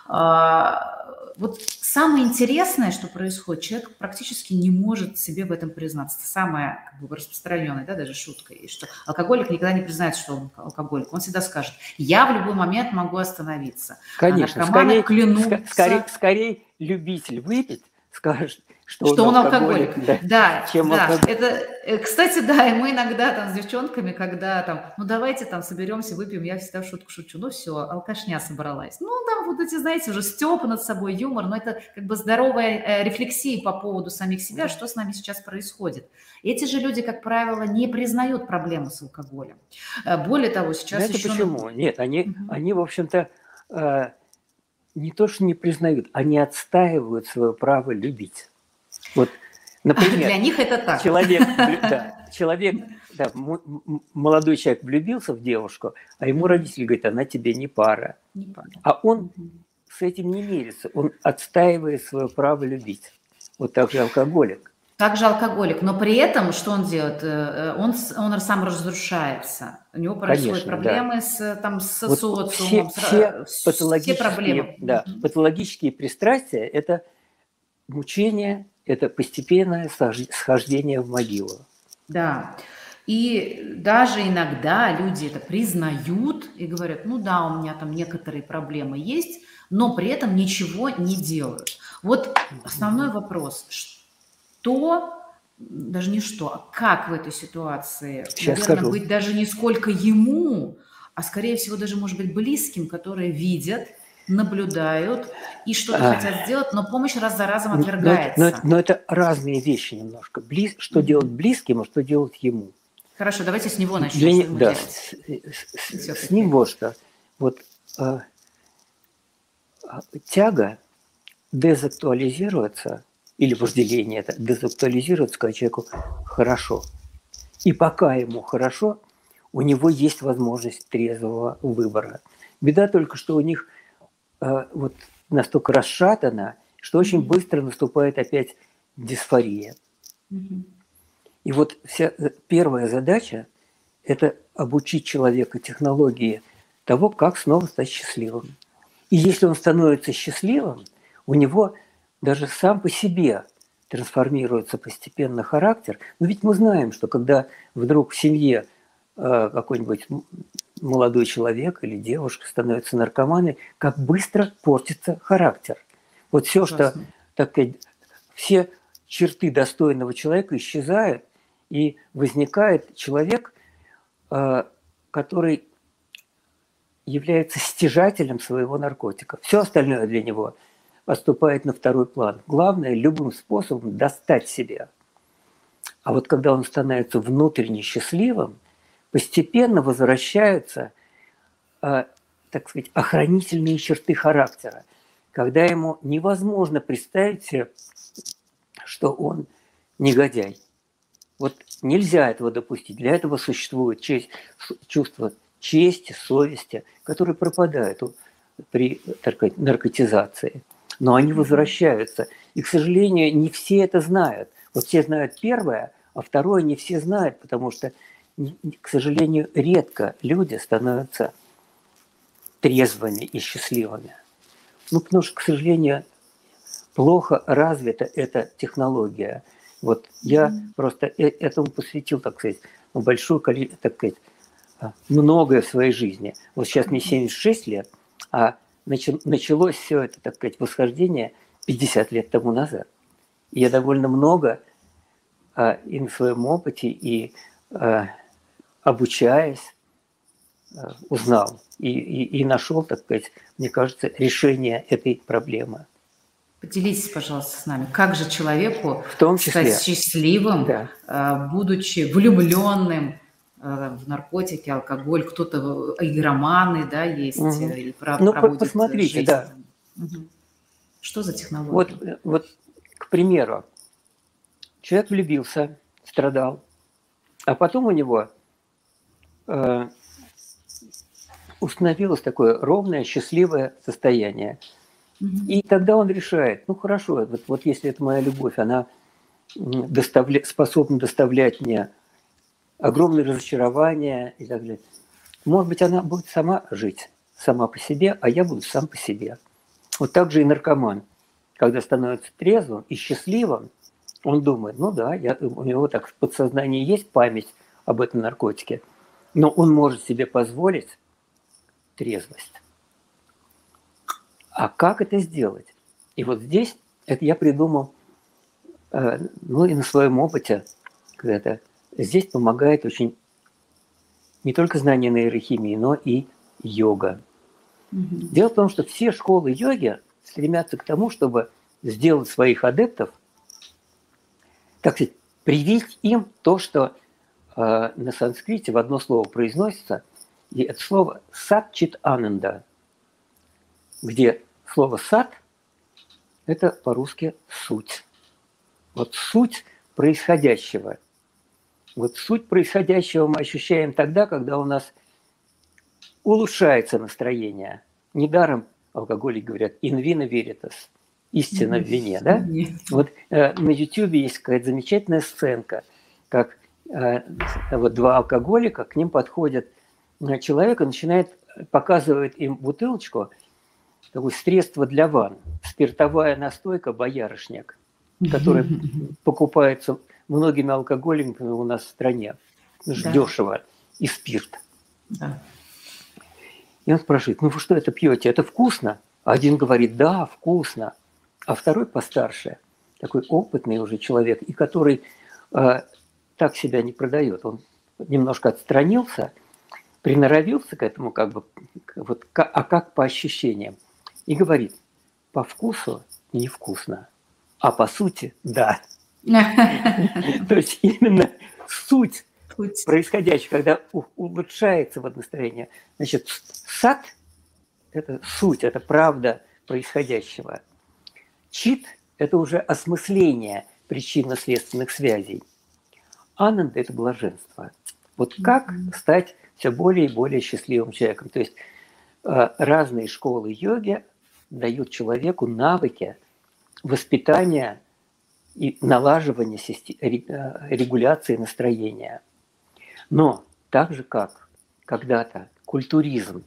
Speaker 1: Вот самое интересное, что происходит, человек практически не может себе в этом признаться. Это самая как бы, распространенная, да, даже шутка, и что алкоголик никогда не признает, что он алкоголик. Он всегда скажет, я в любой момент могу остановиться.
Speaker 2: Конечно,
Speaker 1: а скорее,
Speaker 2: клянутся... скорее, скорее любитель выпить скажет, что,
Speaker 1: что он,
Speaker 2: он
Speaker 1: алкоголик. алкоголик. Да,
Speaker 2: чем
Speaker 1: да.
Speaker 2: алкоголик.
Speaker 1: Это, кстати, да, и мы иногда там с девчонками, когда там, ну давайте там соберемся, выпьем, я всегда в шутку шучу, ну все, алкашня собралась. Ну там вот эти, знаете, уже стёб над собой, юмор, но это как бы здоровая рефлексия по поводу самих себя, что с нами сейчас происходит. Эти же люди, как правило, не признают проблемы с алкоголем. Более того, сейчас
Speaker 2: Знаете,
Speaker 1: еще...
Speaker 2: почему? Нет, они, угу. они в общем-то, не то что не признают, они отстаивают свое право любить. Вот, например,
Speaker 1: для них это так.
Speaker 2: Человек, да, человек, да, молодой человек влюбился в девушку, а ему родители говорят, она тебе не пара.
Speaker 1: Не пара.
Speaker 2: А он с этим не мирится, он отстаивает свое право любить. Вот так же алкоголик.
Speaker 1: Также алкоголик, но при этом что он делает? Он, он сам разрушается. У него происходят Конечно, проблемы да. с, там, с вот социумом,
Speaker 2: все,
Speaker 1: с,
Speaker 2: все, патологические,
Speaker 1: все проблемы.
Speaker 2: Да, mm-hmm. Патологические пристрастия – это мучение, это постепенное схождение в могилу.
Speaker 1: Да. И даже иногда люди это признают и говорят, ну да, у меня там некоторые проблемы есть, но при этом ничего не делают. Вот основной mm-hmm. вопрос – что, даже не что, а как в этой ситуации,
Speaker 2: Сейчас
Speaker 1: наверное,
Speaker 2: скажу.
Speaker 1: быть даже не сколько ему, а скорее всего даже, может быть, близким, которые видят наблюдают и что-то
Speaker 2: А,
Speaker 1: хотят сделать, но помощь раз за разом
Speaker 2: но, это, но, это,
Speaker 1: отвергается.
Speaker 2: но это разные вещи немножко. Близ, что
Speaker 1: Мгм.
Speaker 2: делать близким, а что делать ему.
Speaker 1: Хорошо, давайте с него начнем.
Speaker 2: Для,
Speaker 1: Что
Speaker 2: не-
Speaker 1: ему
Speaker 2: да,
Speaker 1: делать
Speaker 2: с, с- с
Speaker 1: все-таки?
Speaker 2: ним вот что. Вот а, а, тяга дезактуализироваться, или вожделение это дезактуализироваться, когда человеку хорошо. И пока ему хорошо, у него есть возможность трезвого выбора. Беда только, что у них э, вот настолько расшатано, что очень
Speaker 1: Мгм.
Speaker 2: быстро наступает опять дисфория.
Speaker 1: Мгм.
Speaker 2: И вот вся э, первая задача – это обучить человека технологии того, как снова стать счастливым. И если он становится счастливым, у него даже сам по себе трансформируется постепенно характер. Но ведь мы знаем, что когда вдруг в семье э, какой-нибудь м- молодой человек или девушка становится наркоманой, как быстро портится характер. Вот все, что,
Speaker 1: Ужасно.
Speaker 2: так сказать, все черты достойного человека исчезают, и возникает человек, э, который является стяжателем своего наркотика. Все остальное для него отступает на второй план. Главное любым способом достать себя. А вот когда он становится внутренне счастливым, постепенно возвращаются, э, так сказать, охранительные черты характера, когда ему невозможно представить себе, что он негодяй. Вот нельзя этого допустить. Для этого существует честь, чувство чести, совести, которые пропадают при так сказать, наркотизации. Но они возвращаются. И, к сожалению, не все это знают. Вот все знают первое, а второе не все знают, потому что, к сожалению, редко люди становятся трезвыми и счастливыми. Ну, потому что, к сожалению, плохо развита эта технология. Вот я
Speaker 1: Мгм.
Speaker 2: просто этому посвятил, так сказать, большую количество, так сказать, многое в своей жизни. Вот сейчас мне семьдесят шесть лет, а началось все это, так сказать, восхождение пятьдесят лет тому назад. И я довольно много а, и на своем опыте, и а, обучаясь, а, узнал и, и, и нашел, так сказать, мне кажется, решение этой проблемы.
Speaker 1: Поделитесь, пожалуйста, с нами, как же человеку
Speaker 2: В том
Speaker 1: стать
Speaker 2: числе,
Speaker 1: счастливым,
Speaker 2: да.
Speaker 1: э, будучи влюбленным э, в наркотики, алкоголь, кто-то э, игроманы, да, есть,
Speaker 2: Угу.
Speaker 1: э, и про-
Speaker 2: Ну,
Speaker 1: проводит
Speaker 2: посмотрите,
Speaker 1: жизнь.
Speaker 2: да.
Speaker 1: там. Мгм. Что за
Speaker 2: Вот,
Speaker 1: технология?
Speaker 2: вот, к примеру, человек влюбился, страдал, а потом у него э, установилось такое ровное, счастливое состояние.
Speaker 1: Мгм.
Speaker 2: И тогда он решает, ну хорошо, вот, вот если это моя любовь, она доставля... способна доставлять мне огромное разочарование и так далее. Может быть, она будет сама жить, сама по себе, а я буду сам по себе. Вот так же и наркоман. Когда становится трезвым и счастливым, он думает, ну да, я, у него так в подсознании есть память об этом наркотике, но он может себе позволить трезвость. А как это сделать? И вот здесь это я придумал, э, ну и на своем опыте, когда-то, здесь помогает очень не только знание нейрохимии, но и йога.
Speaker 1: Мгм.
Speaker 2: Дело в том, что все школы йоги стремятся к тому, чтобы сделать своих адептов, так сказать, привить им то, что э, на санскрите в одно слово произносится, и это слово сат-чит ананда, где слово сат – это по-русски суть. Вот суть происходящего. Вот суть происходящего мы ощущаем тогда, когда у нас улучшается настроение. Недаром алкоголики говорят «in vino veritas» – истина в вине. Да?
Speaker 1: Нет.
Speaker 2: Вот э, на Ютьюбе есть какая-то замечательная сценка, как э, вот два алкоголика, к ним подходит человек и начинает, показывает им бутылочку, такое средство для ванн, спиртовая настойка «Боярышник», которая покупается многими алкоголиками у нас в стране. Да. Дешево. И спирт.
Speaker 1: Да.
Speaker 2: И он спрашивает, ну вы что это пьете? Это вкусно? А один говорит, да, вкусно. А второй постарше, такой опытный уже человек, и который э, так себя не продает. Он немножко отстранился, приноровился к этому, как бы, вот, а как по ощущениям. И и говорит, по вкусу невкусно, а по сути – да. То есть именно суть происходящего, когда улучшается вот настроение. Значит, сат – это суть, это правда происходящего. Чит – это уже осмысление причинно-следственных связей. Ананда – это блаженство. Вот как стать все более и более счастливым человеком. То есть разные школы йоги дают человеку навыки воспитания и налаживания регуляции настроения. Но так же, как когда-то культуризм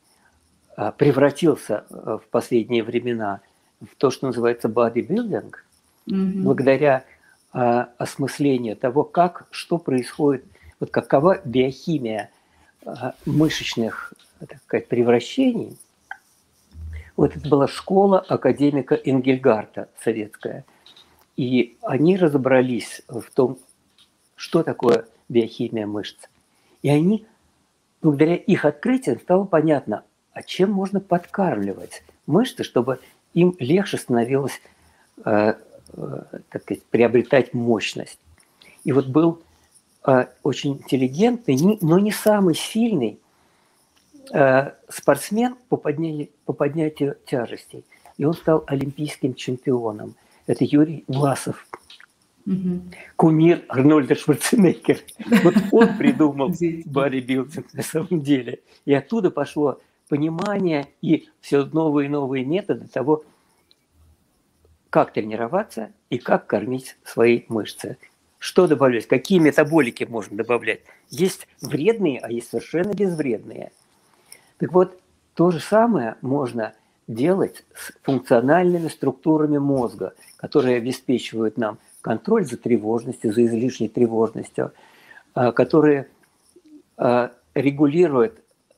Speaker 2: превратился в последние времена в то, что называется бодибилдинг, mm-hmm. благодаря осмыслению того, как, что происходит, вот какова биохимия мышечных, так сказать, превращений. Вот это была школа академика Энгельгарта советская. И они разобрались в том, что такое биохимия мышц. И они, благодаря их открытиям, стало понятно, а чем можно подкармливать мышцы, чтобы им легче становилось э, э, так сказать, приобретать мощность. И вот был э, очень интеллигентный, но не самый сильный э, спортсмен по поднятию, по поднятию тяжестей. И он стал олимпийским чемпионом. Это Юрий Власов, угу. кумир Арнольда Шварценеггера. Вот он придумал бодибилдинг на самом деле. И оттуда пошло понимание и все новые и новые методы того, как тренироваться и как кормить свои мышцы. Что добавлять, какие метаболики можно добавлять. Есть вредные, а есть совершенно безвредные. Так вот, то же самое можно делать с функциональными структурами мозга, которые обеспечивают нам контроль за тревожностью, за излишней тревожностью, которые регулируют,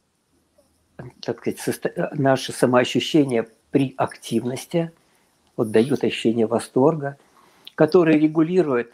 Speaker 2: так сказать, наше самоощущение при активности, вот дают ощущение восторга, которые регулируют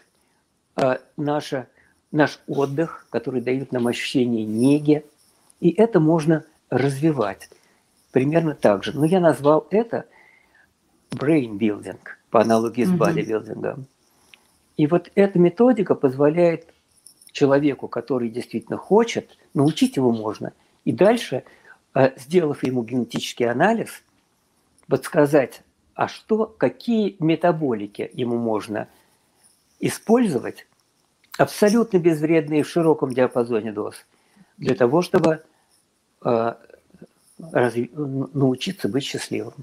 Speaker 2: наше, наш отдых, которые дают нам ощущение неги, и это можно развивать. Примерно так же. Но я назвал это brain building, по аналогии с бодибилдингом. Mm-hmm. И вот эта методика позволяет человеку, который действительно хочет, научить его можно, и дальше, сделав ему генетический анализ, подсказать, а что, какие метаболики ему можно использовать, абсолютно безвредные в широком диапазоне доз, для того, чтобы Разви... научиться быть счастливым.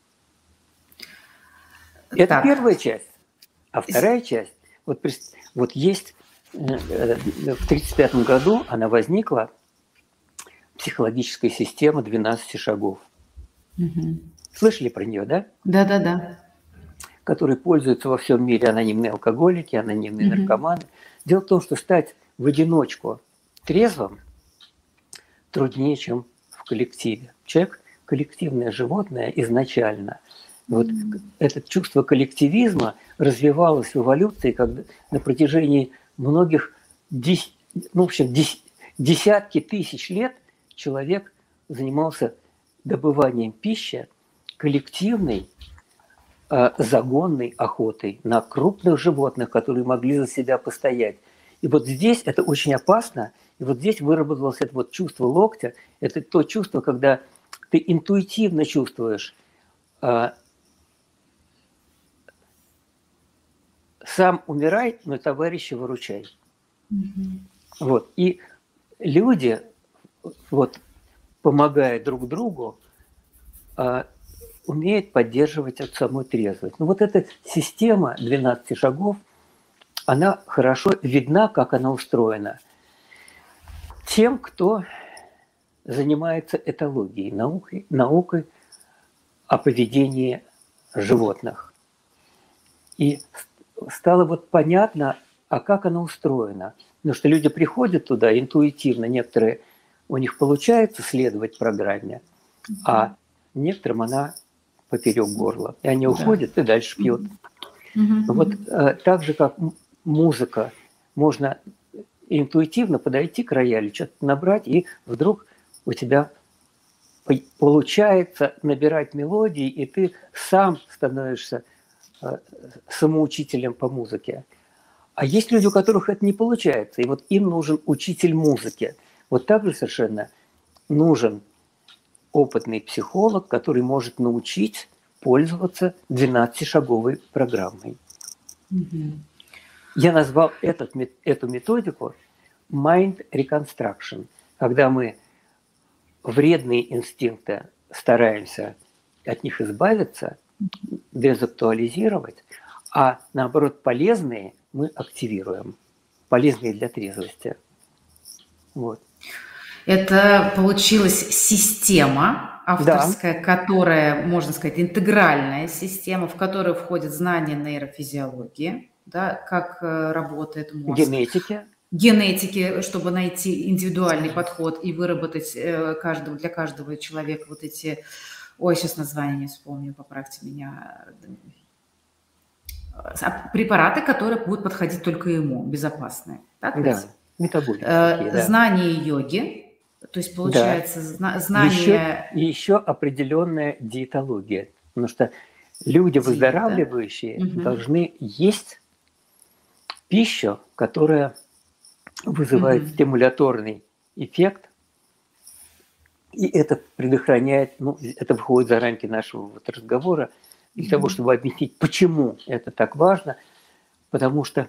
Speaker 2: Это так. Первая часть. А вторая часть, вот, вот есть, в тридцать пятом году она возникла, психологическая система двенадцати шагов. Угу. Слышали про нее, да?
Speaker 1: Да-да-да.
Speaker 2: Которые пользуются во всем мире анонимные алкоголики, анонимные угу. наркоманы. Дело в том, что стать в одиночку трезвым труднее, чем в коллективе. Человек – коллективное животное изначально. Вот mm-hmm. это чувство коллективизма развивалось в эволюции, когда на протяжении многих, дес... ну, в общем, дес... десятки тысяч лет человек занимался добыванием пищи, коллективной, э, загонной охотой на крупных животных, которые могли за себя постоять. И вот здесь это очень опасно. И вот здесь выработалось это вот чувство локтя. Это то чувство, когда ты интуитивно чувствуешь, э, сам умирай, но товарища выручай. Mm-hmm. Вот. И люди, вот, помогая друг другу, э, умеют поддерживать эту самую трезвость. Ну вот эта система двенадцати шагов, она хорошо видна, как она устроена. Тем, кто занимается этологией, наукой, наукой о поведении животных. И стало вот понятно, а как она устроена. Потому что люди приходят туда интуитивно, некоторые, у них получается следовать программе, а некоторым она поперек горла. И они уходят и дальше пьют. Mm-hmm. Вот э, так же, как музыка, можно интуитивно подойти к роялю, что-то набрать, и вдруг у тебя получается набирать мелодии, и ты сам становишься самоучителем по музыке. А есть люди, у которых это не получается, и вот им нужен учитель музыки. Вот так же совершенно нужен опытный психолог, который может научить пользоваться двенадцатишаговой программой. Mm-hmm. Я назвал этот, эту методику mind reconstruction, когда мы вредные инстинкты стараемся от них избавиться, дезактуализировать, а наоборот полезные мы активируем, полезные для трезвости. Вот.
Speaker 1: Это получилась система авторская, да. Которая, можно сказать, интегральная система, в которую входит знание нейрофизиологии, да, как работает мозг.
Speaker 2: Генетики.
Speaker 1: Генетики, чтобы найти индивидуальный подход и выработать каждого, для каждого человека вот эти... Ой, сейчас название не вспомню, поправьте меня. Препараты, которые будут подходить только ему, безопасные. Так
Speaker 2: да, метаболические, да.
Speaker 1: Знание йоги, то есть получается да. знание...
Speaker 2: Еще, еще определенная диетология, потому что люди, Диета. выздоравливающие, угу. должны есть пищу, которая вызывает угу. стимуляторный эффект, и это предохраняет, ну, это выходит за рамки нашего вот разговора, для mm-hmm. того, чтобы объяснить, почему это так важно, потому что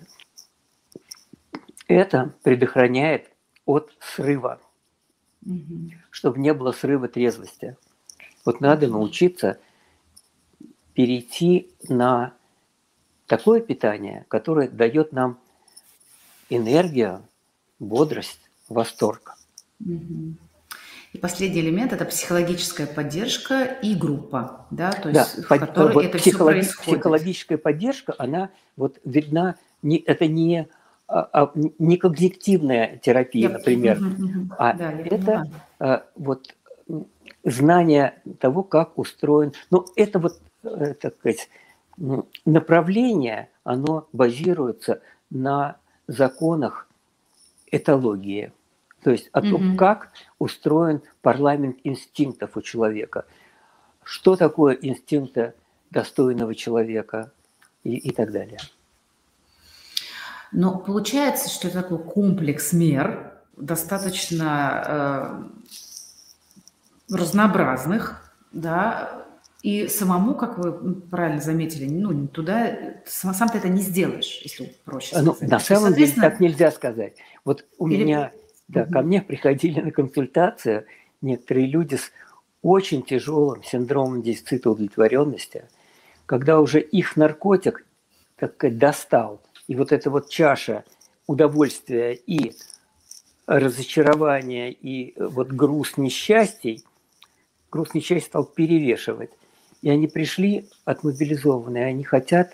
Speaker 2: это предохраняет от срыва, mm-hmm. чтобы не было срыва трезвости. Вот надо научиться перейти на такое питание, которое дает нам энергию, бодрость, восторг.
Speaker 1: Mm-hmm. И последний элемент – это психологическая поддержка и группа, да, то
Speaker 2: да,
Speaker 1: есть в которой
Speaker 2: вот
Speaker 1: это
Speaker 2: психологи-
Speaker 1: все происходит.
Speaker 2: Психологическая поддержка, она вот видна, не, это не, а, не когнитивная терапия, Я, например, угу, угу. а да, это а, вот знание того, как устроен. Ну, это вот, так сказать, направление, оно базируется на законах этологии. То есть о том, mm-hmm. как устроен парламент инстинктов у человека, что такое инстинкты достойного человека и, и так далее.
Speaker 1: Но получается, что это такой комплекс мер, достаточно э, разнообразных, да, и самому, как вы правильно заметили, ну, туда, сам ты это не сделаешь, если проще сказать.
Speaker 2: Ну, на самом деле так нельзя сказать. Вот у Или... меня... Да, ко мне приходили на консультацию некоторые люди с очень тяжелым синдромом дефицита удовлетворенности, когда уже их наркотик, так сказать, достал, и вот эта вот чаша удовольствия и разочарования, и вот груз несчастий, груз несчастья стал перевешивать. И они пришли отмобилизованные, они хотят...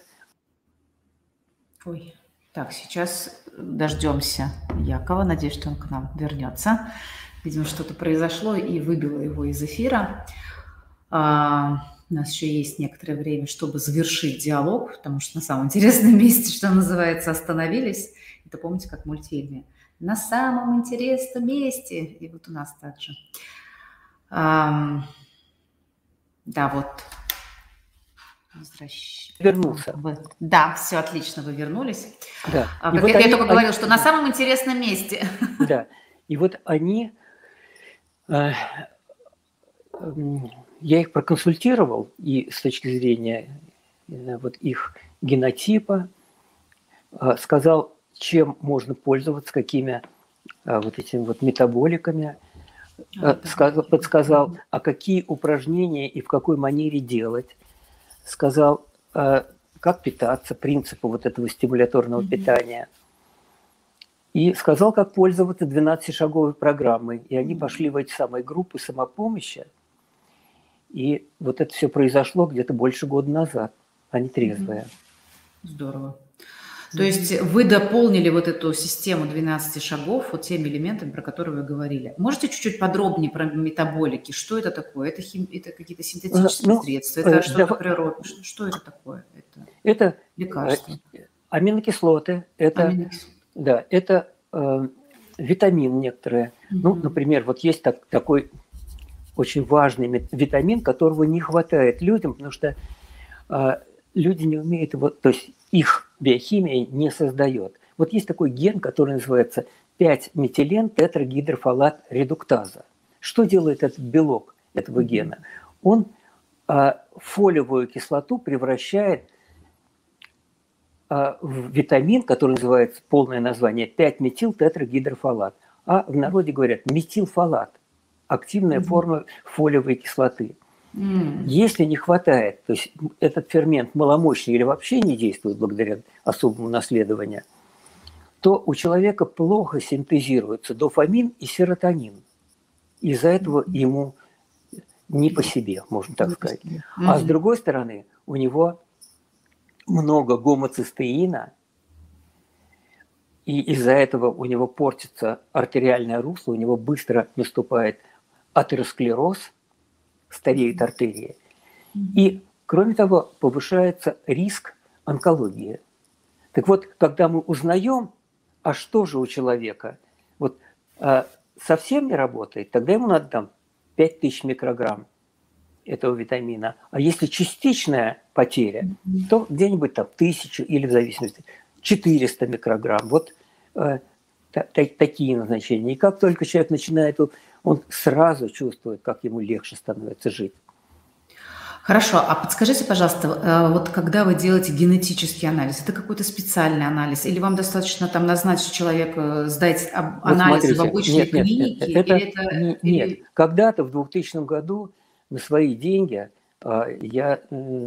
Speaker 1: Ой. Так, сейчас дождемся Якова. Надеюсь, что он к нам вернется. Видимо, что-то произошло и выбило его из эфира. А, у нас еще есть некоторое время, чтобы завершить диалог, потому что на самом интересном месте, что называется, остановились. Это помните, как в мультфильме. На самом интересном месте. И вот у нас также. А, да, вот.
Speaker 2: Возвращ... Вернулся.
Speaker 1: Вы... Да, все отлично, вы вернулись.
Speaker 2: Да.
Speaker 1: А, как вот я, они, я только они... говорила, что на самом интересном месте.
Speaker 2: Да. И вот они, э, э, я их проконсультировал и с точки зрения э, вот их генотипа, э, сказал, чем можно пользоваться, какими э, вот этими вот метаболиками, э, а, сказал, подсказал, а какие упражнения и в какой манере делать. Сказал, как питаться, принципы вот этого стимуляторного mm-hmm. питания. И сказал, как пользоваться двенадцатишаговой программой. И они mm-hmm. пошли в эти самые группы самопомощи. И вот это все произошло где-то больше года назад. Они трезвые.
Speaker 1: Mm-hmm. Здорово. То есть вы дополнили вот эту систему двенадцати шагов вот теми элементами, про которые вы говорили. Можете чуть-чуть подробнее про метаболики? Что это такое? Это, хим... это какие-то синтетические ну, средства? Это что-то да, природное? Что, что это такое? Это,
Speaker 2: это
Speaker 1: лекарства?
Speaker 2: Аминокислоты. Это,
Speaker 1: аминокислоты.
Speaker 2: Да, это э, витамин некоторые. Угу. Ну, например, вот есть так, такой очень важный витамин, которого не хватает людям, потому что э, люди не умеют его, то есть их биохимия не создает. Вот есть такой ген, который называется пять метилен тетрагидрофолат редуктаза. Что делает этот белок этого гена? Он э, фолиевую кислоту превращает э, в витамин, который называется, полное название, пять метил тетрагидрофолат. А в народе говорят метилфолат, активная mm-hmm. форма фолиевой кислоты. Mm. Если не хватает, то есть этот фермент маломощный или вообще не действует благодаря особому наследованию, то у человека плохо синтезируются дофамин и серотонин. Из-за этого ему не по себе, можно так сказать. Mm-hmm. А с другой стороны, у него много гомоцистеина, и из-за этого у него портится артериальное русло, у него быстро наступает атеросклероз, стареют артерии. И, кроме того, повышается риск онкологии. Так вот, когда мы узнаем, а что же у человека вот, а, совсем не работает, тогда ему надо там пять тысяч микрограмм этого витамина. А если частичная потеря, то где-нибудь там тысячу или в зависимости четыреста микрограмм. Вот э, та, та, такие назначения. И как только человек начинает, он сразу чувствует, как ему легче становится жить.
Speaker 1: Хорошо, а подскажите, пожалуйста, вот когда вы делаете генетический анализ, это какой-то специальный анализ, или вам достаточно там назначить человеку, сдать анализ вот в обычной нет, клинике?
Speaker 2: Нет, это,
Speaker 1: или это,
Speaker 2: нет,
Speaker 1: или...
Speaker 2: нет. Когда-то в двухтысячном году на свои деньги я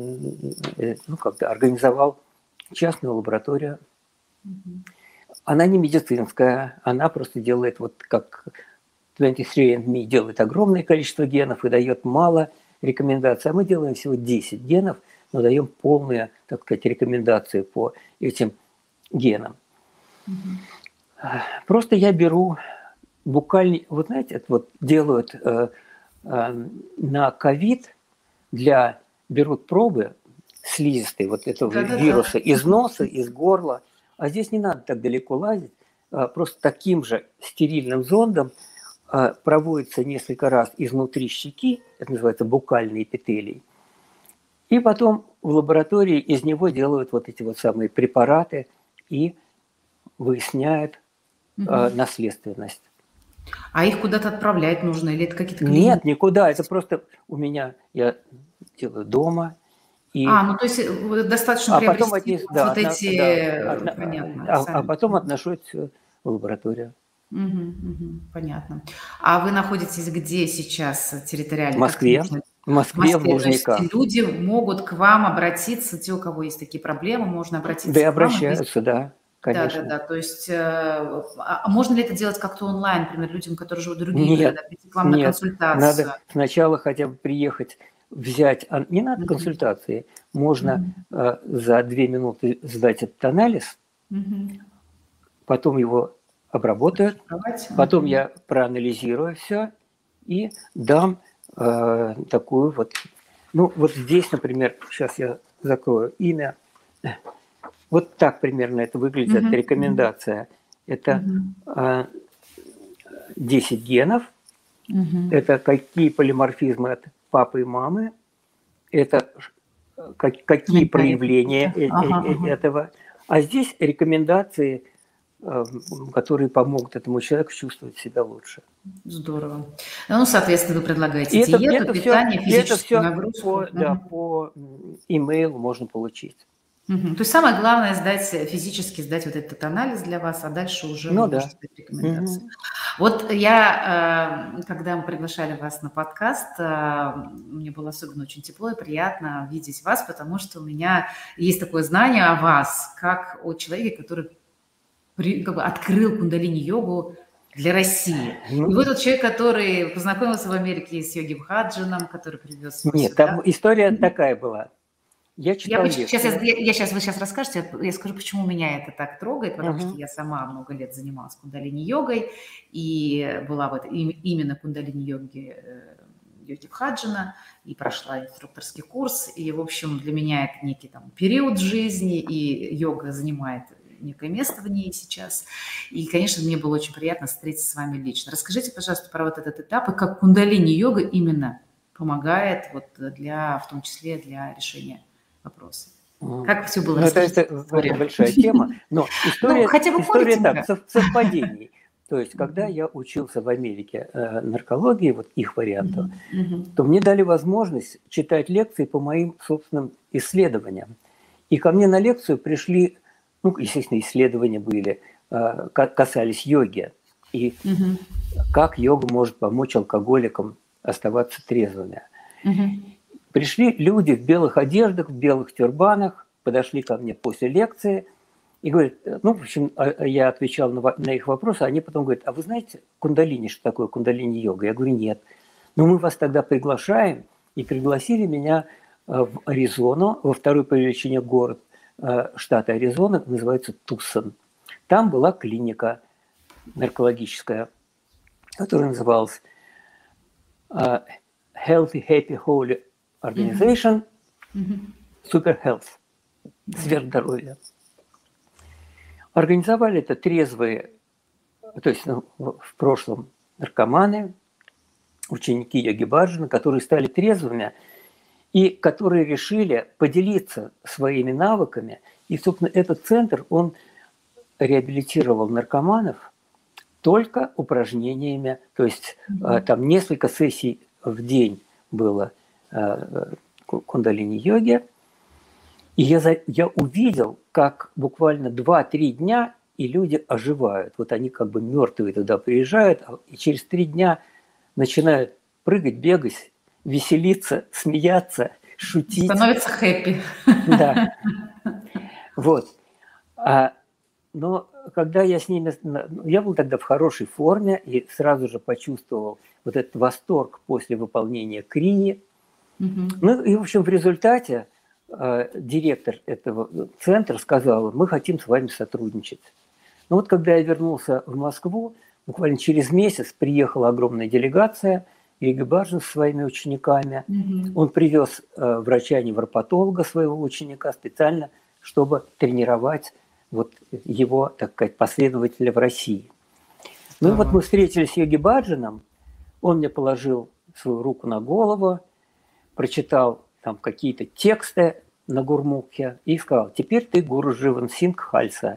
Speaker 2: ну, как-то организовал частную лабораторию. Mm-hmm. Она не медицинская, она просто делает вот как двадцать три энд ми делает огромное количество генов и дает мало рекомендаций. А мы делаем всего десять генов, но даем полные, так сказать, рекомендации по этим генам. Mm-hmm. Просто я беру буквально, вот знаете, это вот делают э, э, на ковид, для берут пробы слизистой вот этого да, вируса да, да. из носа, из горла. А здесь не надо так далеко лазить. Просто таким же стерильным зондом проводится несколько раз изнутри щеки, это называется букальный эпителий. И потом в лаборатории из него делают вот эти вот самые препараты и выясняют угу. наследственность.
Speaker 1: А их куда-то отправлять нужно или это какие-то клиники?
Speaker 2: Нет, никуда. Это просто у меня, я делаю дома. И...
Speaker 1: А, ну то есть достаточно
Speaker 2: а
Speaker 1: приобрести
Speaker 2: потом отнес,
Speaker 1: вот
Speaker 2: да,
Speaker 1: эти...
Speaker 2: Да, одна,
Speaker 1: понятно.
Speaker 2: А, а потом отношу это в лабораторию.
Speaker 1: Угу, угу, понятно. А вы находитесь где сейчас территориально?
Speaker 2: В Москве. В Москве, в, Москве, в Лужниках.
Speaker 1: То есть люди могут к вам обратиться, те, у кого есть такие проблемы, можно обратиться
Speaker 2: да,
Speaker 1: к вам.
Speaker 2: Да, обращаются, да. Конечно.
Speaker 1: Да, да, да. То есть, а можно ли это делать как-то онлайн, например, людям, которые живут в других городах, прийти к вам
Speaker 2: нет,
Speaker 1: на консультацию?
Speaker 2: Надо сначала хотя бы приехать, взять, не надо mm-hmm. консультации, можно mm-hmm. за две минуты сдать этот анализ, mm-hmm. потом его обработают, mm-hmm. потом я проанализирую все и дам э, такую вот, ну вот здесь, например, сейчас я закрою имя. Вот так примерно это выглядит, uh-huh. рекомендация. Это uh-huh. десять генов, uh-huh. это какие полиморфизмы от папы и мамы, это как, какие uh-huh. проявления uh-huh. этого. А здесь рекомендации, которые помогут этому человеку чувствовать себя луше.
Speaker 1: Здорово. Ну, соответственно, вы предлагаете
Speaker 2: и
Speaker 1: диету,
Speaker 2: это, это
Speaker 1: питание,
Speaker 2: все,
Speaker 1: физическую
Speaker 2: это
Speaker 1: нагрузку.
Speaker 2: По,
Speaker 1: uh-huh.
Speaker 2: Да, по имейлу можно получить.
Speaker 1: Угу. То есть самое главное сдать, физически сдать вот этот анализ для вас, а дальше уже
Speaker 2: ну,
Speaker 1: вы
Speaker 2: да.
Speaker 1: можете дать рекомендации.
Speaker 2: Угу.
Speaker 1: Вот я, когда мы приглашали вас на подкаст, мне было особенно очень тепло и приятно видеть вас, потому что у меня есть такое знание о вас, как о человеке, который как бы открыл кундалини-йогу для России. Ну, и вы тот человек, который познакомился в Америке с Йоги Бхаджаном, который привез его
Speaker 2: Нет,
Speaker 1: сюда.
Speaker 2: Там история такая была. Я читал
Speaker 1: я, сейчас, я, я сейчас, вы сейчас расскажете, я скажу, почему меня это так трогает, потому uh-huh. что я сама много лет занималась кундалини-йогой и была в это, именно кундалини-йоге Йоги Бхаджана и прошла инструкторский курс. И, в общем, для меня это некий там период жизни, и йога занимает некое место в ней сейчас. И, конечно, мне было очень приятно встретиться с вами лично. Расскажите, пожалуйста, про вот этот этап и как кундалини-йога именно помогает вот для, в том числе для решения вопроса. Как все было?
Speaker 2: Ну, это, это, это большая тема, но история, ну, хотя бы история так, совпадений. То есть, когда я учился в Америке э, наркологии, вот их варианту, mm-hmm. то мне дали возможность читать лекции по моим собственным исследованиям. И ко мне на лекцию пришли, ну, естественно, исследования были, э, касались йоги. И mm-hmm. как йога может помочь алкоголикам оставаться трезвыми. Mm-hmm. Пришли люди в белых одеждах, в белых тюрбанах, подошли ко мне после лекции и говорят, ну, в общем, я отвечал на, на их вопросы, а они потом говорят, а вы знаете кундалини, что такое кундалини-йога? Я говорю, нет. Ну, мы вас тогда приглашаем, и пригласили меня в Аризону, во второй по величине город штата Аризона, называется Тусон. Там была клиника наркологическая, которая называлась Healthy, Happy, Holy Organization, mm-hmm. Super Health, сверхдоровье. Организовали это трезвые, то есть ну, в прошлом наркоманы, ученики Йоги Баджана, которые стали трезвыми и которые решили поделиться своими навыками. И, собственно, этот центр, он реабилитировал наркоманов только упражнениями, то есть mm-hmm. там несколько сессий в день было кундалини-йоги. И я, за, я увидел, как буквально два-три дня и люди оживают. Вот они как бы мертвые туда приезжают, и через три дня начинают прыгать, бегать, веселиться, смеяться, шутить.
Speaker 1: Становится хэппи.
Speaker 2: Да. Вот. А, но когда я с ними... Я был тогда в хорошей форме и сразу же почувствовал вот этот восторг после выполнения крии. Mm-hmm. Ну и, в общем, в результате э, директор этого центра сказал, мы хотим с вами сотрудничать. Ну вот когда я вернулся в Москву, буквально через месяц приехала огромная делегация, Йоги Баджан со своими учениками. Mm-hmm. Он привез э, врача-невропатолога своего ученика специально, чтобы тренировать вот его, так сказать, последователя в России. Ну и вот мы встретились с Йоги Баджаном, он мне положил свою руку на голову, прочитал там какие-то тексты на гурмукхе и сказал, теперь ты гуру Дживан Сингх Хальса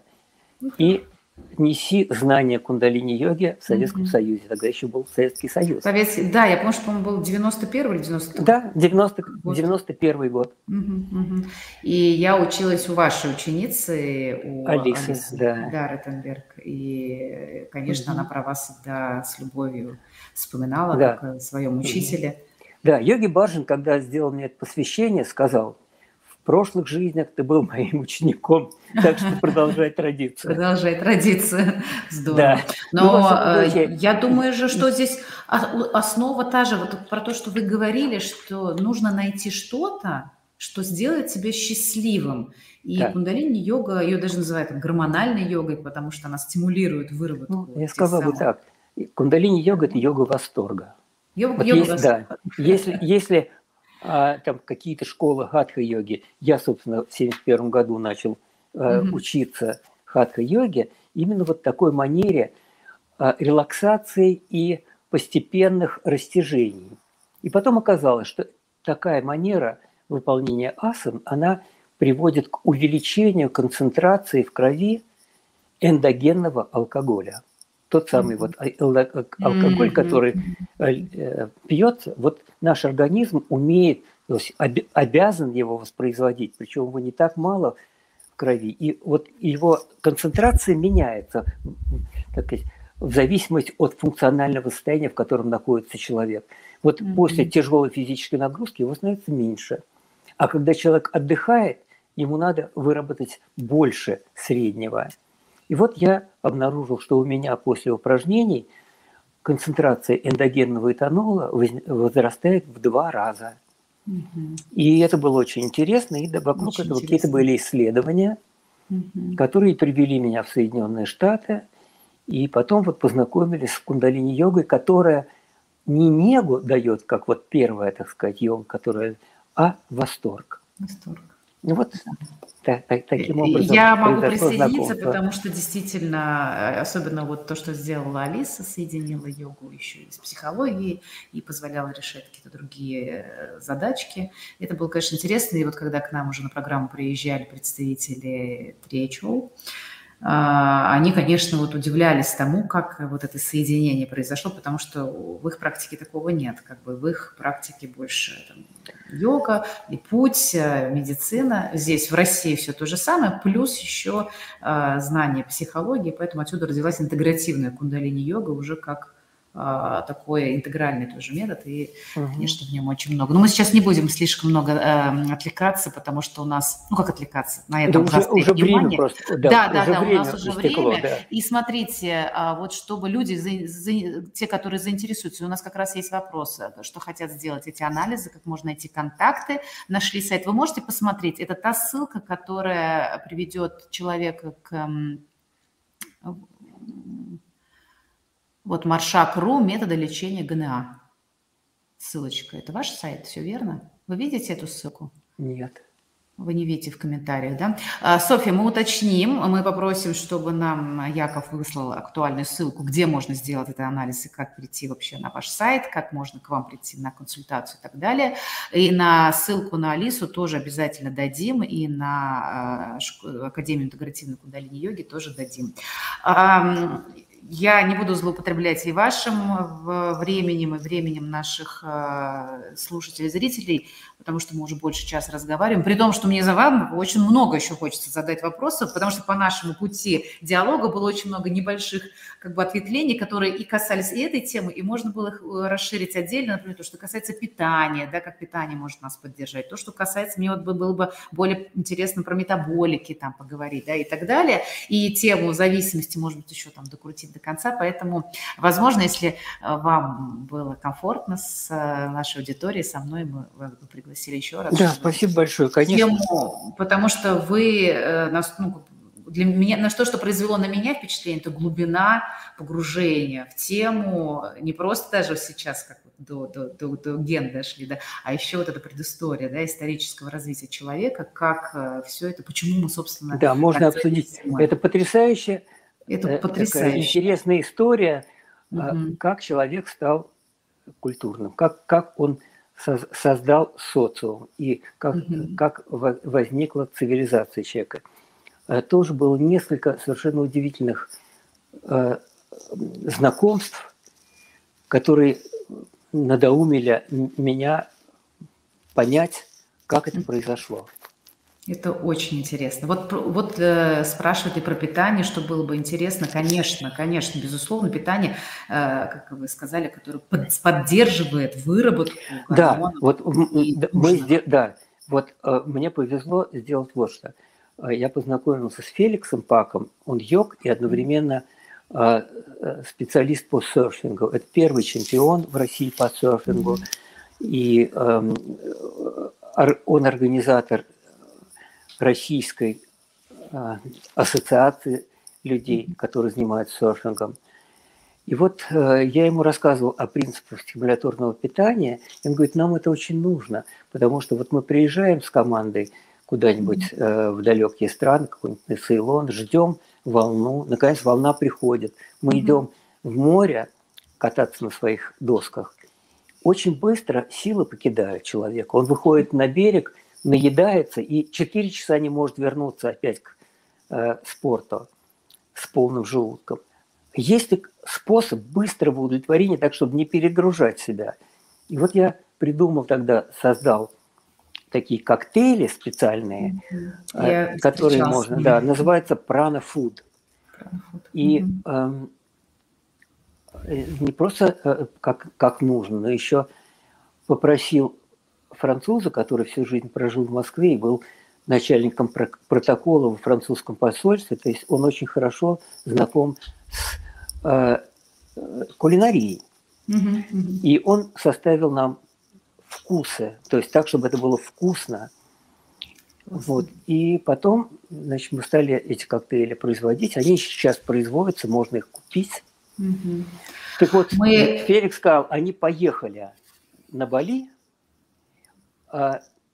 Speaker 2: и неси знания кундалини-йоги в Советском mm-hmm. Союзе. Тогда еще был Советский Союз.
Speaker 1: Советский, да, я помню, что, по-моему, был девяносто первый или девяносто второй?
Speaker 2: Да, девяносто первый год.
Speaker 1: Mm-hmm, mm-hmm. И я училась у вашей ученицы, у
Speaker 2: Алисы,
Speaker 1: Алисы
Speaker 2: да.
Speaker 1: да, Реттенберг. И, конечно, mm-hmm. она про вас всегда с любовью вспоминала, да. как о своем учителе.
Speaker 2: Mm-hmm. Да, Йоги Баджан, когда сделал мне это посвящение, сказал, в прошлых жизнях ты был моим учеником, так что продолжай традицию.
Speaker 1: Продолжай традицию. Здорово. Да. Но ну, случае... я думаю же, что здесь основа та же, вот про то, что вы говорили, что нужно найти что-то, что сделает тебя счастливым. И да. кундалини-йога, ее даже называют гормональной йогой, потому что она стимулирует выработку.
Speaker 2: Ну, я сказал бы так, кундалини-йога – это йога восторга.
Speaker 1: Йога,
Speaker 2: вот
Speaker 1: йога
Speaker 2: есть, да, если, если а, там какие-то школы хатха-йоги, я, собственно, в семьдесят первом году начал а, mm-hmm. учиться хатха-йоге, именно вот такой манере а, релаксации и постепенных растяжений. И потом оказалось, что такая манера выполнения асан, она приводит к увеличению концентрации в крови эндогенного алкоголя. Тот самый вот алкоголь, который пьется, вот наш организм умеет, то есть обязан его воспроизводить, причем его не так мало в крови. И вот его концентрация меняется, так сказать, в зависимости от функционального состояния, в котором находится человек. Вот mm-hmm. после тяжелой физической нагрузки его становится меньше. А когда человек отдыхает, ему надо выработать больше среднего. И вот я обнаружил, что у меня после упражнений концентрация эндогенного этанола возрастает в два раза. Угу. И это было очень интересно. И вокруг очень этого какие-то были исследования, угу. которые привели меня в Соединенные Штаты. И потом вот познакомились с кундалини-йогой, которая не негу дает, как вот первая, так сказать, йога, которая, а восторг.
Speaker 1: Восторг.
Speaker 2: Ну вот так, так, таким образом
Speaker 1: я могу
Speaker 2: произошло
Speaker 1: присоединиться,
Speaker 2: знакомство.
Speaker 1: потому что действительно, особенно вот то, что сделала Алиса, соединила йогу еще и с психологией и позволяла решать какие-то другие задачки. Это было, конечно, интересно. И вот когда к нам уже на программу приезжали представители Триэйчжоу, они, конечно, вот удивлялись тому, как вот это соединение произошло, потому что в их практике такого нет. Как бы в их практике больше там, йога и путь, медицина. Здесь в России все то же самое, плюс еще э, знание психологии, поэтому отсюда родилась интегративная кундалини-йога уже как такой интегральный тоже метод, и, конечно, в нем очень много. Но мы сейчас не будем слишком много э, отвлекаться, потому что у нас, ну как отвлекаться, на этом
Speaker 2: уже, уже время просто.
Speaker 1: Да, да, да, да, у нас уже
Speaker 2: истекло,
Speaker 1: время.
Speaker 2: Да.
Speaker 1: И смотрите, вот чтобы люди, за, за, те, которые заинтересуются, у нас как раз есть вопрос, что хотят сделать эти анализы, как можно найти контакты, нашли сайт. Вы можете посмотреть, это та ссылка, которая приведет человека к... Вот Маршак точка ру, методы лечения ГНА. Ссылочка. Это ваш сайт, все верно? Вы видите эту ссылку?
Speaker 2: Нет.
Speaker 1: Вы не видите в комментариях, да? Софья, мы уточним, мы попросим, чтобы нам Яков выслал актуальную ссылку, где можно сделать этот анализ и как прийти вообще на ваш сайт, как можно к вам прийти на консультацию и так далее. И на ссылку на Алису тоже обязательно дадим, и на Академию интегративной кундалини-йоги тоже дадим. Я не буду злоупотреблять и вашим временем, и временем наших слушателей, зрителей, потому что мы уже больше часа разговариваем. При том, что мне за вами очень много еще хочется задать вопросов, потому что по нашему пути диалога было очень много небольших как бы ответвлений, которые и касались и этой темы, и можно было их расширить отдельно, например, то, что касается питания, да, как питание может нас поддержать, то, что касается, мне вот было бы более интересно про метаболики там поговорить, да, и так далее, и тему зависимости, может быть, еще там докрутить до конца, поэтому, возможно, если вам было комфортно с нашей аудиторией, со мной мы пригласили еще раз.
Speaker 2: Да, спасибо большое, конечно.
Speaker 1: Тему, потому что вы, ну, для меня, на то, что произвело на меня впечатление, это глубина погружения в тему, не просто даже сейчас, как до, до, до, до ген дошли, да, а еще вот эта предыстория, да, исторического развития человека, как все это, почему мы, собственно...
Speaker 2: Да, можно обсудить. Это потрясающе.
Speaker 1: Это потрясающе.
Speaker 2: Интересная история,
Speaker 1: угу.
Speaker 2: Как человек стал культурным, как, как он создал социум и как, угу. как возникла цивилизация человека. Тоже было несколько совершенно удивительных э, знакомств, которые надоумили меня понять, как это произошло.
Speaker 1: Это очень интересно. Вот, вот э, спрашивают и про питание, что было бы интересно. Конечно, конечно, безусловно, питание, э, как вы сказали, которое под, поддерживает выработку гормонов.
Speaker 2: Да, вот мы, да, вот э, мне повезло сделать вот что. Я познакомился с Феликсом Паком, он йог и одновременно э, специалист по серфингу. Это первый чемпион в России по серфингу, и э, он организатор Российской э, ассоциации людей, которые занимаются серфингом. И вот э, я ему рассказывал о принципах стимуляторного питания, и он говорит, нам это очень нужно, потому что вот мы приезжаем с командой куда-нибудь э, в далекие страны, какой-нибудь на Цейлон, ждем волну, наконец волна приходит, мы идем в море кататься на своих досках, очень быстро силы покидают человека, он выходит на берег, наедается, и четыре часа не может вернуться опять к э, спорту с полным желудком. Есть ли способ быстрого удовлетворения, так, чтобы не перегружать себя? И вот я придумал тогда, создал такие коктейли специальные, э, которые можно, да, называется Prana Food. И э, не просто э, как, как нужно, но еще попросил француза, который всю жизнь прожил в Москве и был начальником протокола во французском посольстве, то есть он очень хорошо знаком с э, кулинарией. Mm-hmm. Mm-hmm. И он составил нам вкусы, то есть так, чтобы это было вкусно. Mm-hmm. Вот. И потом, значит, мы стали эти коктейли производить. Они сейчас производятся, можно их купить. Mm-hmm. Так вот, мы... Феликс сказал, они поехали на Бали,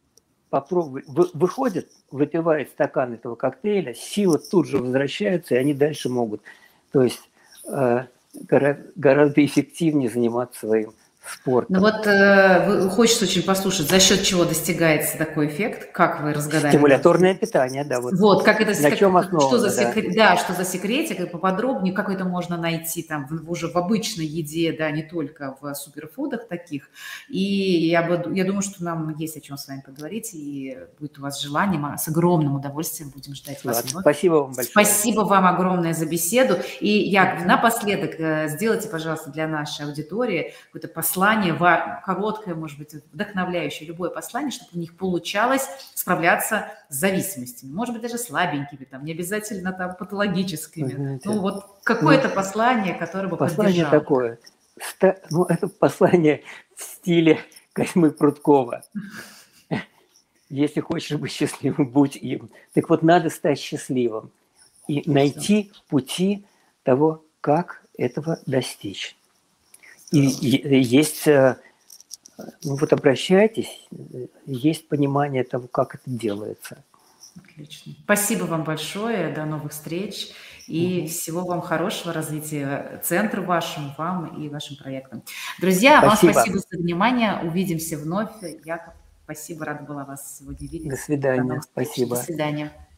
Speaker 2: попробуй, вы, выходят, выпивает стакан этого коктейля, сила тут же возвращается, и они дальше могут. То есть э, гора, гораздо эффективнее заниматься своим спортом.
Speaker 1: Ну вот э, хочется очень послушать, за счет чего достигается такой эффект, как вы разгадали?
Speaker 2: Стимуляторное питание, да.
Speaker 1: Вот, вот как это,
Speaker 2: на
Speaker 1: как,
Speaker 2: чем
Speaker 1: как,
Speaker 2: основано,
Speaker 1: что за
Speaker 2: да.
Speaker 1: секрет, да, что за секретик, поподробнее, как это можно найти там в, уже в обычной еде, да, не только в суперфудах таких. И я, бы, я думаю, что нам есть о чем с вами поговорить, и будет у вас желание, мы с огромным удовольствием будем ждать вас.
Speaker 2: Ладно, спасибо вам большое.
Speaker 1: Спасибо вам огромное за беседу. И, Яков, напоследок сделайте, пожалуйста, для нашей аудитории какое-то послание, короткое, может быть, вдохновляющее, любое послание, чтобы у них получалось справляться с зависимостями. Может быть, даже слабенькими, там, не обязательно там патологическими. Знаете, ну, вот какое-то ну, послание, которое бы
Speaker 2: послание
Speaker 1: поддержало.
Speaker 2: Послание такое. Ну, это послание в стиле Козьмы Прудкова. Если хочешь быть счастливым, будь им. Так вот, надо стать счастливым и найти пути того, как этого достичь. И, и есть, ну вот обращайтесь, есть понимание того, как это делается.
Speaker 1: Отлично. Спасибо вам большое, до новых встреч и угу. всего вам хорошего развития центру вашему, вам и вашим проектам. Друзья, спасибо. Вам спасибо за внимание, увидимся вновь. Яков, спасибо, рада была вас сегодня видеть.
Speaker 2: До свидания, до спасибо.
Speaker 1: До свидания.